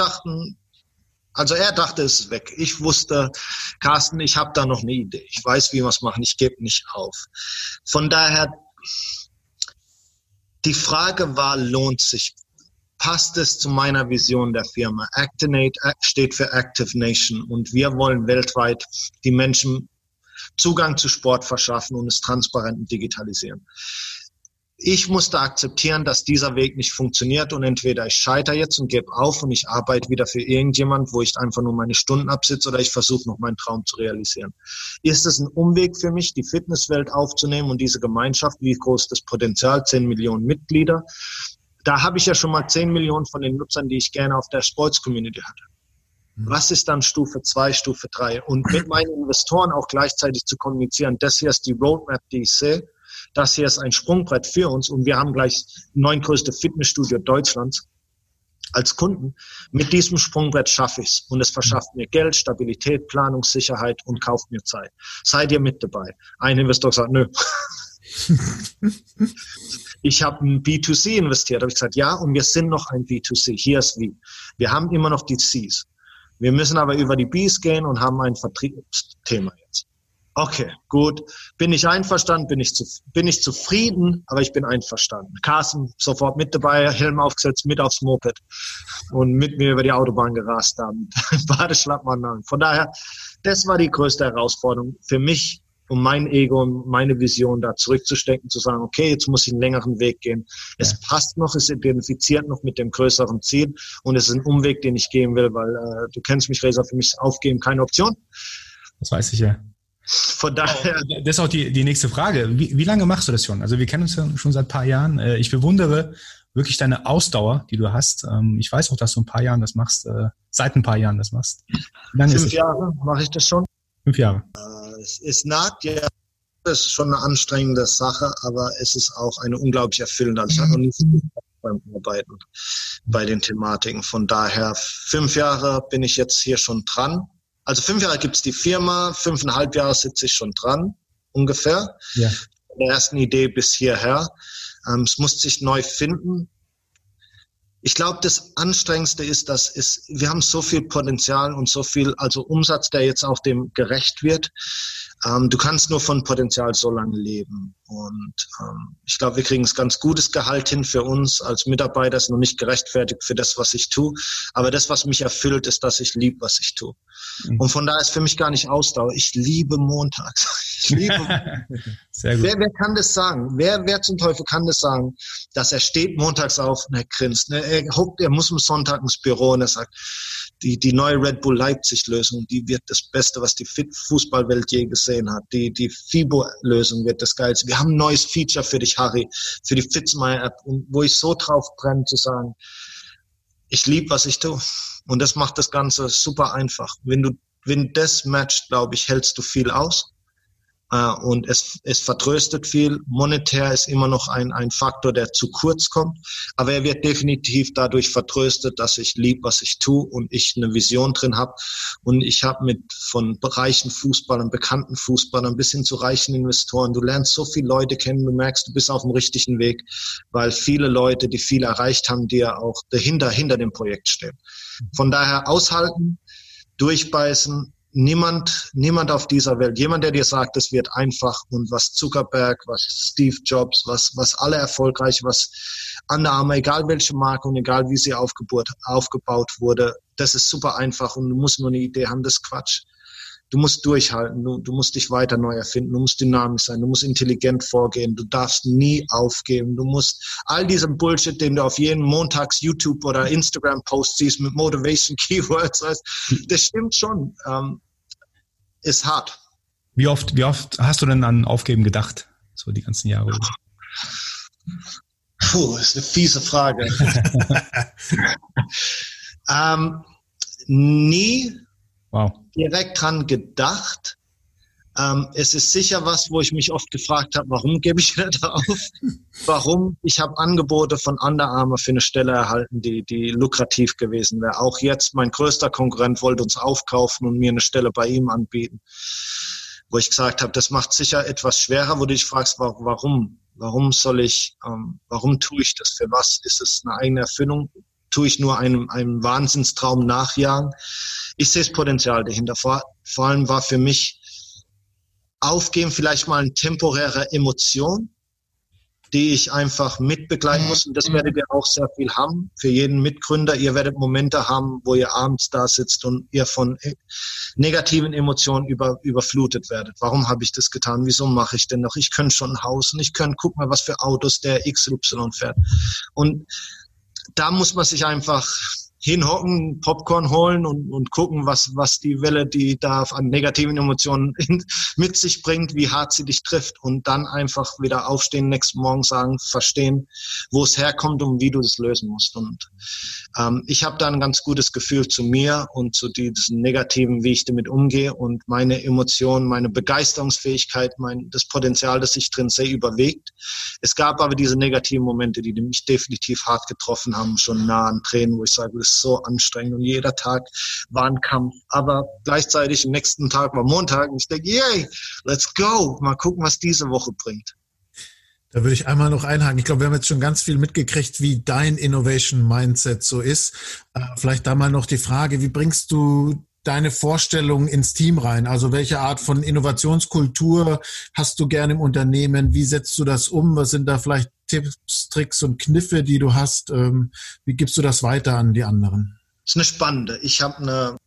dachte, es ist weg. Ich wusste, Carsten, ich habe da noch eine Idee. Ich weiß, wie wir es machen. Ich gebe nicht auf. Von daher, die Frage war, lohnt sich? Passt es zu meiner Vision der Firma? Actinate steht für Active Nation und wir wollen weltweit die Menschen Zugang zu Sport verschaffen und es transparent und digitalisieren. Ich musste akzeptieren, dass dieser Weg nicht funktioniert und entweder ich scheitere jetzt und gebe auf und ich arbeite wieder für irgendjemand, wo ich einfach nur meine Stunden absitze, oder ich versuche noch meinen Traum zu realisieren. Ist es ein Umweg für mich, die Fitnesswelt aufzunehmen und diese Gemeinschaft, wie groß ist das Potenzial, 10 Millionen Mitglieder? Da habe ich ja schon mal 10 Millionen von den Nutzern, die ich gerne auf der Sports-Community hatte. Was ist dann Stufe 2, Stufe 3? Und mit meinen Investoren auch gleichzeitig zu kommunizieren, das hier ist die Roadmap, die ich sehe. Das hier ist ein Sprungbrett für uns und wir haben gleich 9. Fitnessstudio Deutschlands als Kunden. Mit diesem Sprungbrett schaffe ich es und es verschafft mir Geld, Stabilität, Planungssicherheit und kauft mir Zeit. Seid ihr mit dabei? Ein Investor sagt, nö. Ich habe ein B2C investiert, habe ich gesagt, ja, und wir sind noch ein B2C. Hier ist wie. Wir haben immer noch die Cs. Wir müssen aber über die Bs gehen und haben ein Vertriebsthema jetzt. Okay, gut. Bin ich einverstanden? Bin ich zufrieden? Aber ich bin einverstanden. Carsten sofort mit dabei, Helm aufgesetzt, mit aufs Moped und mit mir über die Autobahn gerast haben. Badeschlappen an. Von daher, das war die größte Herausforderung für mich, um mein Ego und meine Vision da zurückzustecken, zu sagen, okay, jetzt muss ich einen längeren Weg gehen. Es passt noch, es identifiziert noch mit dem größeren Ziel und es ist ein Umweg, den ich gehen will, weil du kennst mich, Reza, für mich ist Aufgeben keine Option. Das weiß ich ja. Von daher. Das ist auch die nächste Frage. Wie lange machst du das schon? Also wir kennen uns ja schon seit ein paar Jahren. Ich bewundere wirklich deine Ausdauer, die du hast. Ich weiß auch, dass du seit ein paar Jahren das machst. Wie lange 5 Jahre mache ich das schon. 5 Jahre. Es nagt, ja, es ist schon eine anstrengende Sache, aber es ist auch eine unglaublich erfüllende. Also ich habe noch nie so viel beim Arbeiten bei den Thematiken. Von daher 5 Jahre bin ich jetzt hier schon dran. Also 5 Jahre gibt es die Firma, 5,5 Jahre sitze ich schon dran, ungefähr. Ja. Von der ersten Idee bis hierher. Es muss sich neu finden. Ich glaube, das Anstrengendste ist, wir haben so viel Potenzial und so viel, also Umsatz, der jetzt auch dem gerecht wird. Du kannst nur von Potenzial so lange leben. Und ich glaube, wir kriegen ein ganz gutes Gehalt hin für uns als Mitarbeiter, ist noch nicht gerechtfertigt für das, was ich tue. Aber das, was mich erfüllt, ist, dass ich liebe, was ich tue. Mhm. Und von daher ist für mich gar nicht Ausdauer. Ich liebe montags. Ich liebe Sehr gut. Wer kann das sagen? Wer zum Teufel kann das sagen, dass er steht montags auf und er grinst? Ne? Er muss am Sonntag ins Büro und er sagt, die neue Red Bull Leipzig-Lösung, die wird das Beste, was die Fußballwelt je gesehen hat. Die FIBO-Lösung wird das Geilste. Wir haben ein neues Feature für dich, Harry, für die Fitzmeier-App, wo ich so drauf brenne, zu sagen, ich liebe, was ich tue. Und das macht das Ganze super einfach. Wenn das matcht, glaube ich, hältst du viel aus. Und es vertröstet viel. Monetär ist immer noch ein Faktor, der zu kurz kommt. Aber er wird definitiv dadurch vertröstet, dass ich liebe, was ich tue und ich eine Vision drin habe. Und ich habe von reichen Fußballern, bekannten Fußballern bis hin zu reichen Investoren, du lernst so viele Leute kennen, du merkst, du bist auf dem richtigen Weg, weil viele Leute, die viel erreicht haben, dir auch dahinter, hinter dem Projekt stehen. Von daher aushalten, durchbeißen. Niemand auf dieser Welt, jemand, der dir sagt, es wird einfach und was Zuckerberg, was Steve Jobs, was alle erfolgreich, was Under Armour, egal welche Marke und egal wie sie aufgebaut wurde, das ist super einfach und du musst nur eine Idee haben, das ist Quatsch. Du musst durchhalten, du musst dich weiter neu erfinden, du musst dynamisch sein, du musst intelligent vorgehen, du darfst nie aufgeben, du musst all diesen Bullshit, den du auf jeden Montags YouTube oder Instagram Post siehst mit Motivation Keywords, das stimmt schon, ist hart. Wie oft hast du denn an Aufgeben gedacht, so die ganzen Jahre? Puh, ist eine fiese Frage. Nie direkt dran gedacht. Es ist sicher was, wo ich mich oft gefragt habe, warum gebe ich nicht auf? Warum? Ich habe Angebote von Under Armour für eine Stelle erhalten, die lukrativ gewesen wäre. Auch jetzt, mein größter Konkurrent wollte uns aufkaufen und mir eine Stelle bei ihm anbieten. Wo ich gesagt habe, das macht sicher etwas schwerer, wo du dich fragst, warum? Warum tue ich das? Für was? Ist es eine eigene Erfüllung? Tue ich nur einem Wahnsinnstraum nachjagen? Ich sehe das Potenzial dahinter. Vor allem war für mich Aufgeben vielleicht mal eine temporäre Emotion, die ich einfach mitbegleiten muss. Und das werdet ihr auch sehr viel haben. Für jeden Mitgründer. Ihr werdet Momente haben, wo ihr abends da sitzt und ihr von negativen Emotionen überflutet werdet. Warum habe ich das getan? Wieso mache ich denn noch? Ich könnte schon ein Haus und guck mal, was für Autos der XY fährt. Und da muss man sich einfach hinhocken, Popcorn holen und gucken, was die Welle, die da an negativen Emotionen mit sich bringt, wie hart sie dich trifft und dann einfach wieder aufstehen, nächsten Morgen sagen, verstehen, wo es herkommt und wie du das lösen musst. Und ich habe da ein ganz gutes Gefühl zu mir und zu diesen Negativen, wie ich damit umgehe und meine Emotionen, meine Begeisterungsfähigkeit, das Potenzial, das ich drin sehe, überwiegt. Es gab aber diese negativen Momente, die mich definitiv hart getroffen haben, schon nah an Tränen, wo ich sage, das ist so anstrengend und jeder Tag war ein Kampf. Aber gleichzeitig am nächsten Tag war Montag und ich denke, yay, let's go. Mal gucken, was diese Woche bringt. Da würde ich einmal noch einhaken. Ich glaube, wir haben jetzt schon ganz viel mitgekriegt, wie dein Innovation Mindset so ist. Vielleicht da mal noch die Frage, wie bringst du deine Vorstellungen ins Team rein? Also welche Art von Innovationskultur hast du gerne im Unternehmen? Wie setzt du das um? Was sind da vielleicht Tipps, Tricks und Kniffe, die du hast? Wie gibst du das weiter an die anderen? Das ist eine spannende. Ich habe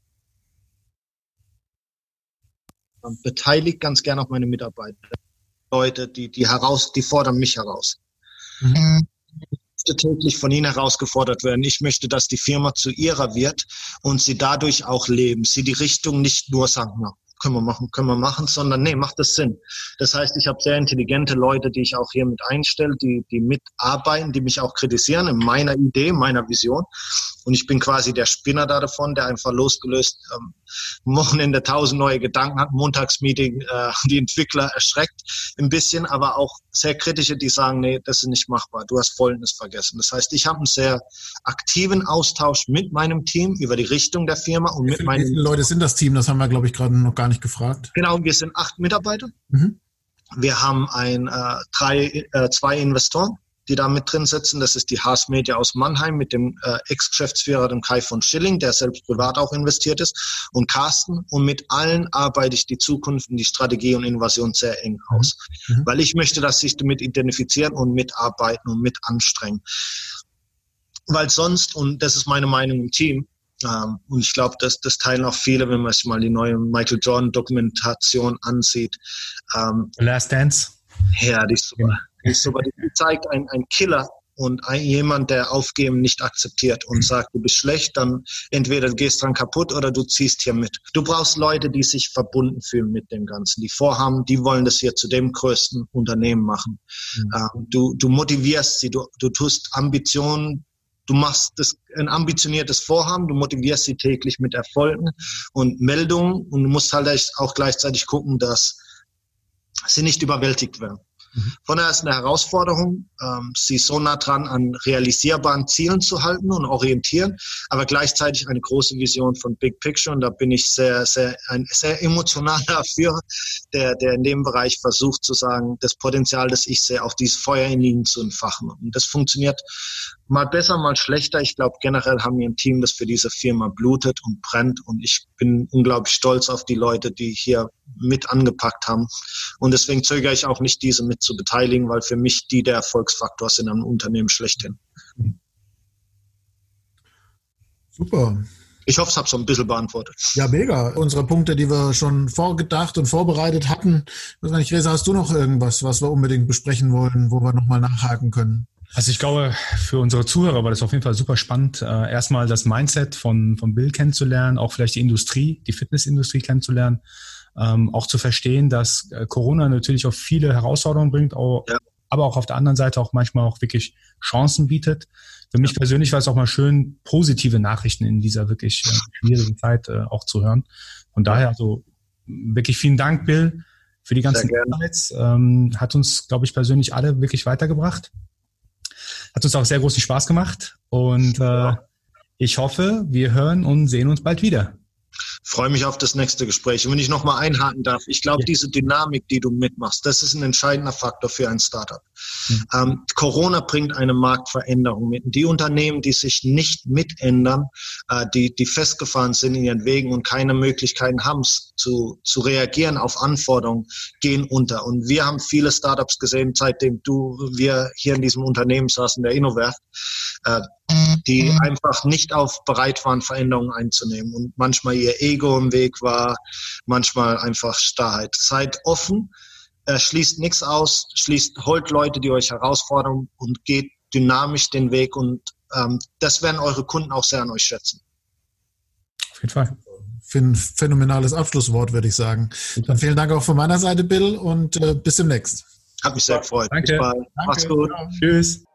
beteiligt ganz gerne auch meine Mitarbeiter. Leute, die fordern mich heraus. Mhm. Ich möchte täglich von ihnen herausgefordert werden. Ich möchte, dass die Firma zu ihrer wird und sie dadurch auch leben. Sie die Richtung nicht nur sagen, na, können wir machen, sondern nee, macht das Sinn. Das heißt, ich habe sehr intelligente Leute, die ich auch hier mit einstelle, die mitarbeiten, die mich auch kritisieren in meiner Idee, meiner Vision. Und ich bin quasi der Spinner davon, der einfach losgelöst am Wochenende 1000 neue Gedanken hat, Montagsmeeting, die Entwickler erschreckt ein bisschen, aber auch sehr kritische, die sagen, nee, das ist nicht machbar, du hast Folgendes vergessen. Das heißt, ich habe einen sehr aktiven Austausch mit meinem Team über die Richtung der Firma. Und mit meinen. Wie viele Leute sind das Team? Das haben wir, glaube ich, gerade noch gar nicht gefragt. Genau, wir sind 8 Mitarbeiter. Mhm. Wir haben zwei Investoren, die da mit drin sitzen. Das ist die Haas Media aus Mannheim mit dem Ex-Geschäftsführer, dem Kai von Schilling, der selbst privat auch investiert ist, und Carsten. Und mit allen arbeite ich die Zukunft und die Strategie und Innovation sehr eng aus. Mhm. Weil ich möchte, dass sie sich damit identifizieren und mitarbeiten und mit anstrengen. Weil sonst, und das ist meine Meinung im Team, und ich glaube, das teilen auch viele, wenn man sich mal die neue Michael Jordan-Dokumentation ansieht. The Last Dance? Ja, die ist super. Die zeigt ein Killer und jemand, der Aufgeben nicht akzeptiert und sagt, du bist schlecht, dann entweder du gehst dran kaputt oder du ziehst hier mit. Du brauchst Leute, die sich verbunden fühlen mit dem Ganzen, die vorhaben, die wollen das hier zu dem größten Unternehmen machen. Mhm. Du motivierst sie, du tust Ambitionen, du machst ein ambitioniertes Vorhaben, du motivierst sie täglich mit Erfolgen und Meldungen und du musst halt auch gleichzeitig gucken, dass sie nicht überwältigt werden. Von daher ist eine Herausforderung, sie so nah dran an realisierbaren Zielen zu halten und orientieren, aber gleichzeitig eine große Vision von Big Picture. Und da bin ich ein sehr emotionaler Führer, der in dem Bereich versucht zu sagen, das Potenzial, das ich sehe, auch dieses Feuer in ihnen zu entfachen. Und das funktioniert mal besser, mal schlechter. Ich glaube, generell haben wir ein Team, das für diese Firma blutet und brennt. Und ich bin unglaublich stolz auf die Leute, die hier mit angepackt haben. Und deswegen zögere ich auch nicht, diese mit zu beteiligen, weil für mich die der Erfolgsfaktor sind am Unternehmen schlechthin. Super. Ich hoffe, es habe so ein bisschen beantwortet. Ja, mega. Unsere Punkte, die wir schon vorgedacht und vorbereitet hatten. Ich weiß nicht, Reza, hast du noch irgendwas, was wir unbedingt besprechen wollen, wo wir nochmal nachhaken können? Also ich glaube, für unsere Zuhörer war das auf jeden Fall super spannend, erstmal das Mindset von Bill kennenzulernen, auch vielleicht die Industrie, die Fitnessindustrie kennenzulernen, auch zu verstehen, dass Corona natürlich auch viele Herausforderungen bringt, aber auch auf der anderen Seite auch manchmal auch wirklich Chancen bietet. Für mich persönlich war es auch mal schön, positive Nachrichten in dieser wirklich schwierigen Zeit auch zu hören. Von daher also wirklich vielen Dank, Bill, für die ganzen Insights. Hat uns, glaube ich, persönlich alle wirklich weitergebracht. Hat uns auch sehr großen Spaß gemacht und ich hoffe, wir hören und sehen uns bald wieder. Freue mich auf das nächste Gespräch. Und wenn ich nochmal einhaken darf, ich glaube, diese Dynamik, die du mitmachst, das ist ein entscheidender Faktor für ein Startup. Corona bringt eine Marktveränderung mit. Die Unternehmen, die sich nicht mitändern, die festgefahren sind in ihren Wegen und keine Möglichkeiten haben, zu reagieren auf Anforderungen, gehen unter. Und wir haben viele Startups gesehen, seitdem wir hier in diesem Unternehmen saßen, der Innowerft, die einfach nicht bereit waren, Veränderungen einzunehmen und manchmal ihr Ego im Weg war, manchmal einfach Starrheit. Seid offen, schließt nichts aus, holt Leute, die euch herausfordern und geht dynamisch den Weg und das werden eure Kunden auch sehr an euch schätzen. Auf jeden Fall. Phänomenales Abschlusswort, würde ich sagen. Dann vielen Dank auch von meiner Seite, Bill, und bis demnächst. Hat mich sehr gefreut. Danke. Bis bald. Danke. Macht's gut. Ja. Tschüss.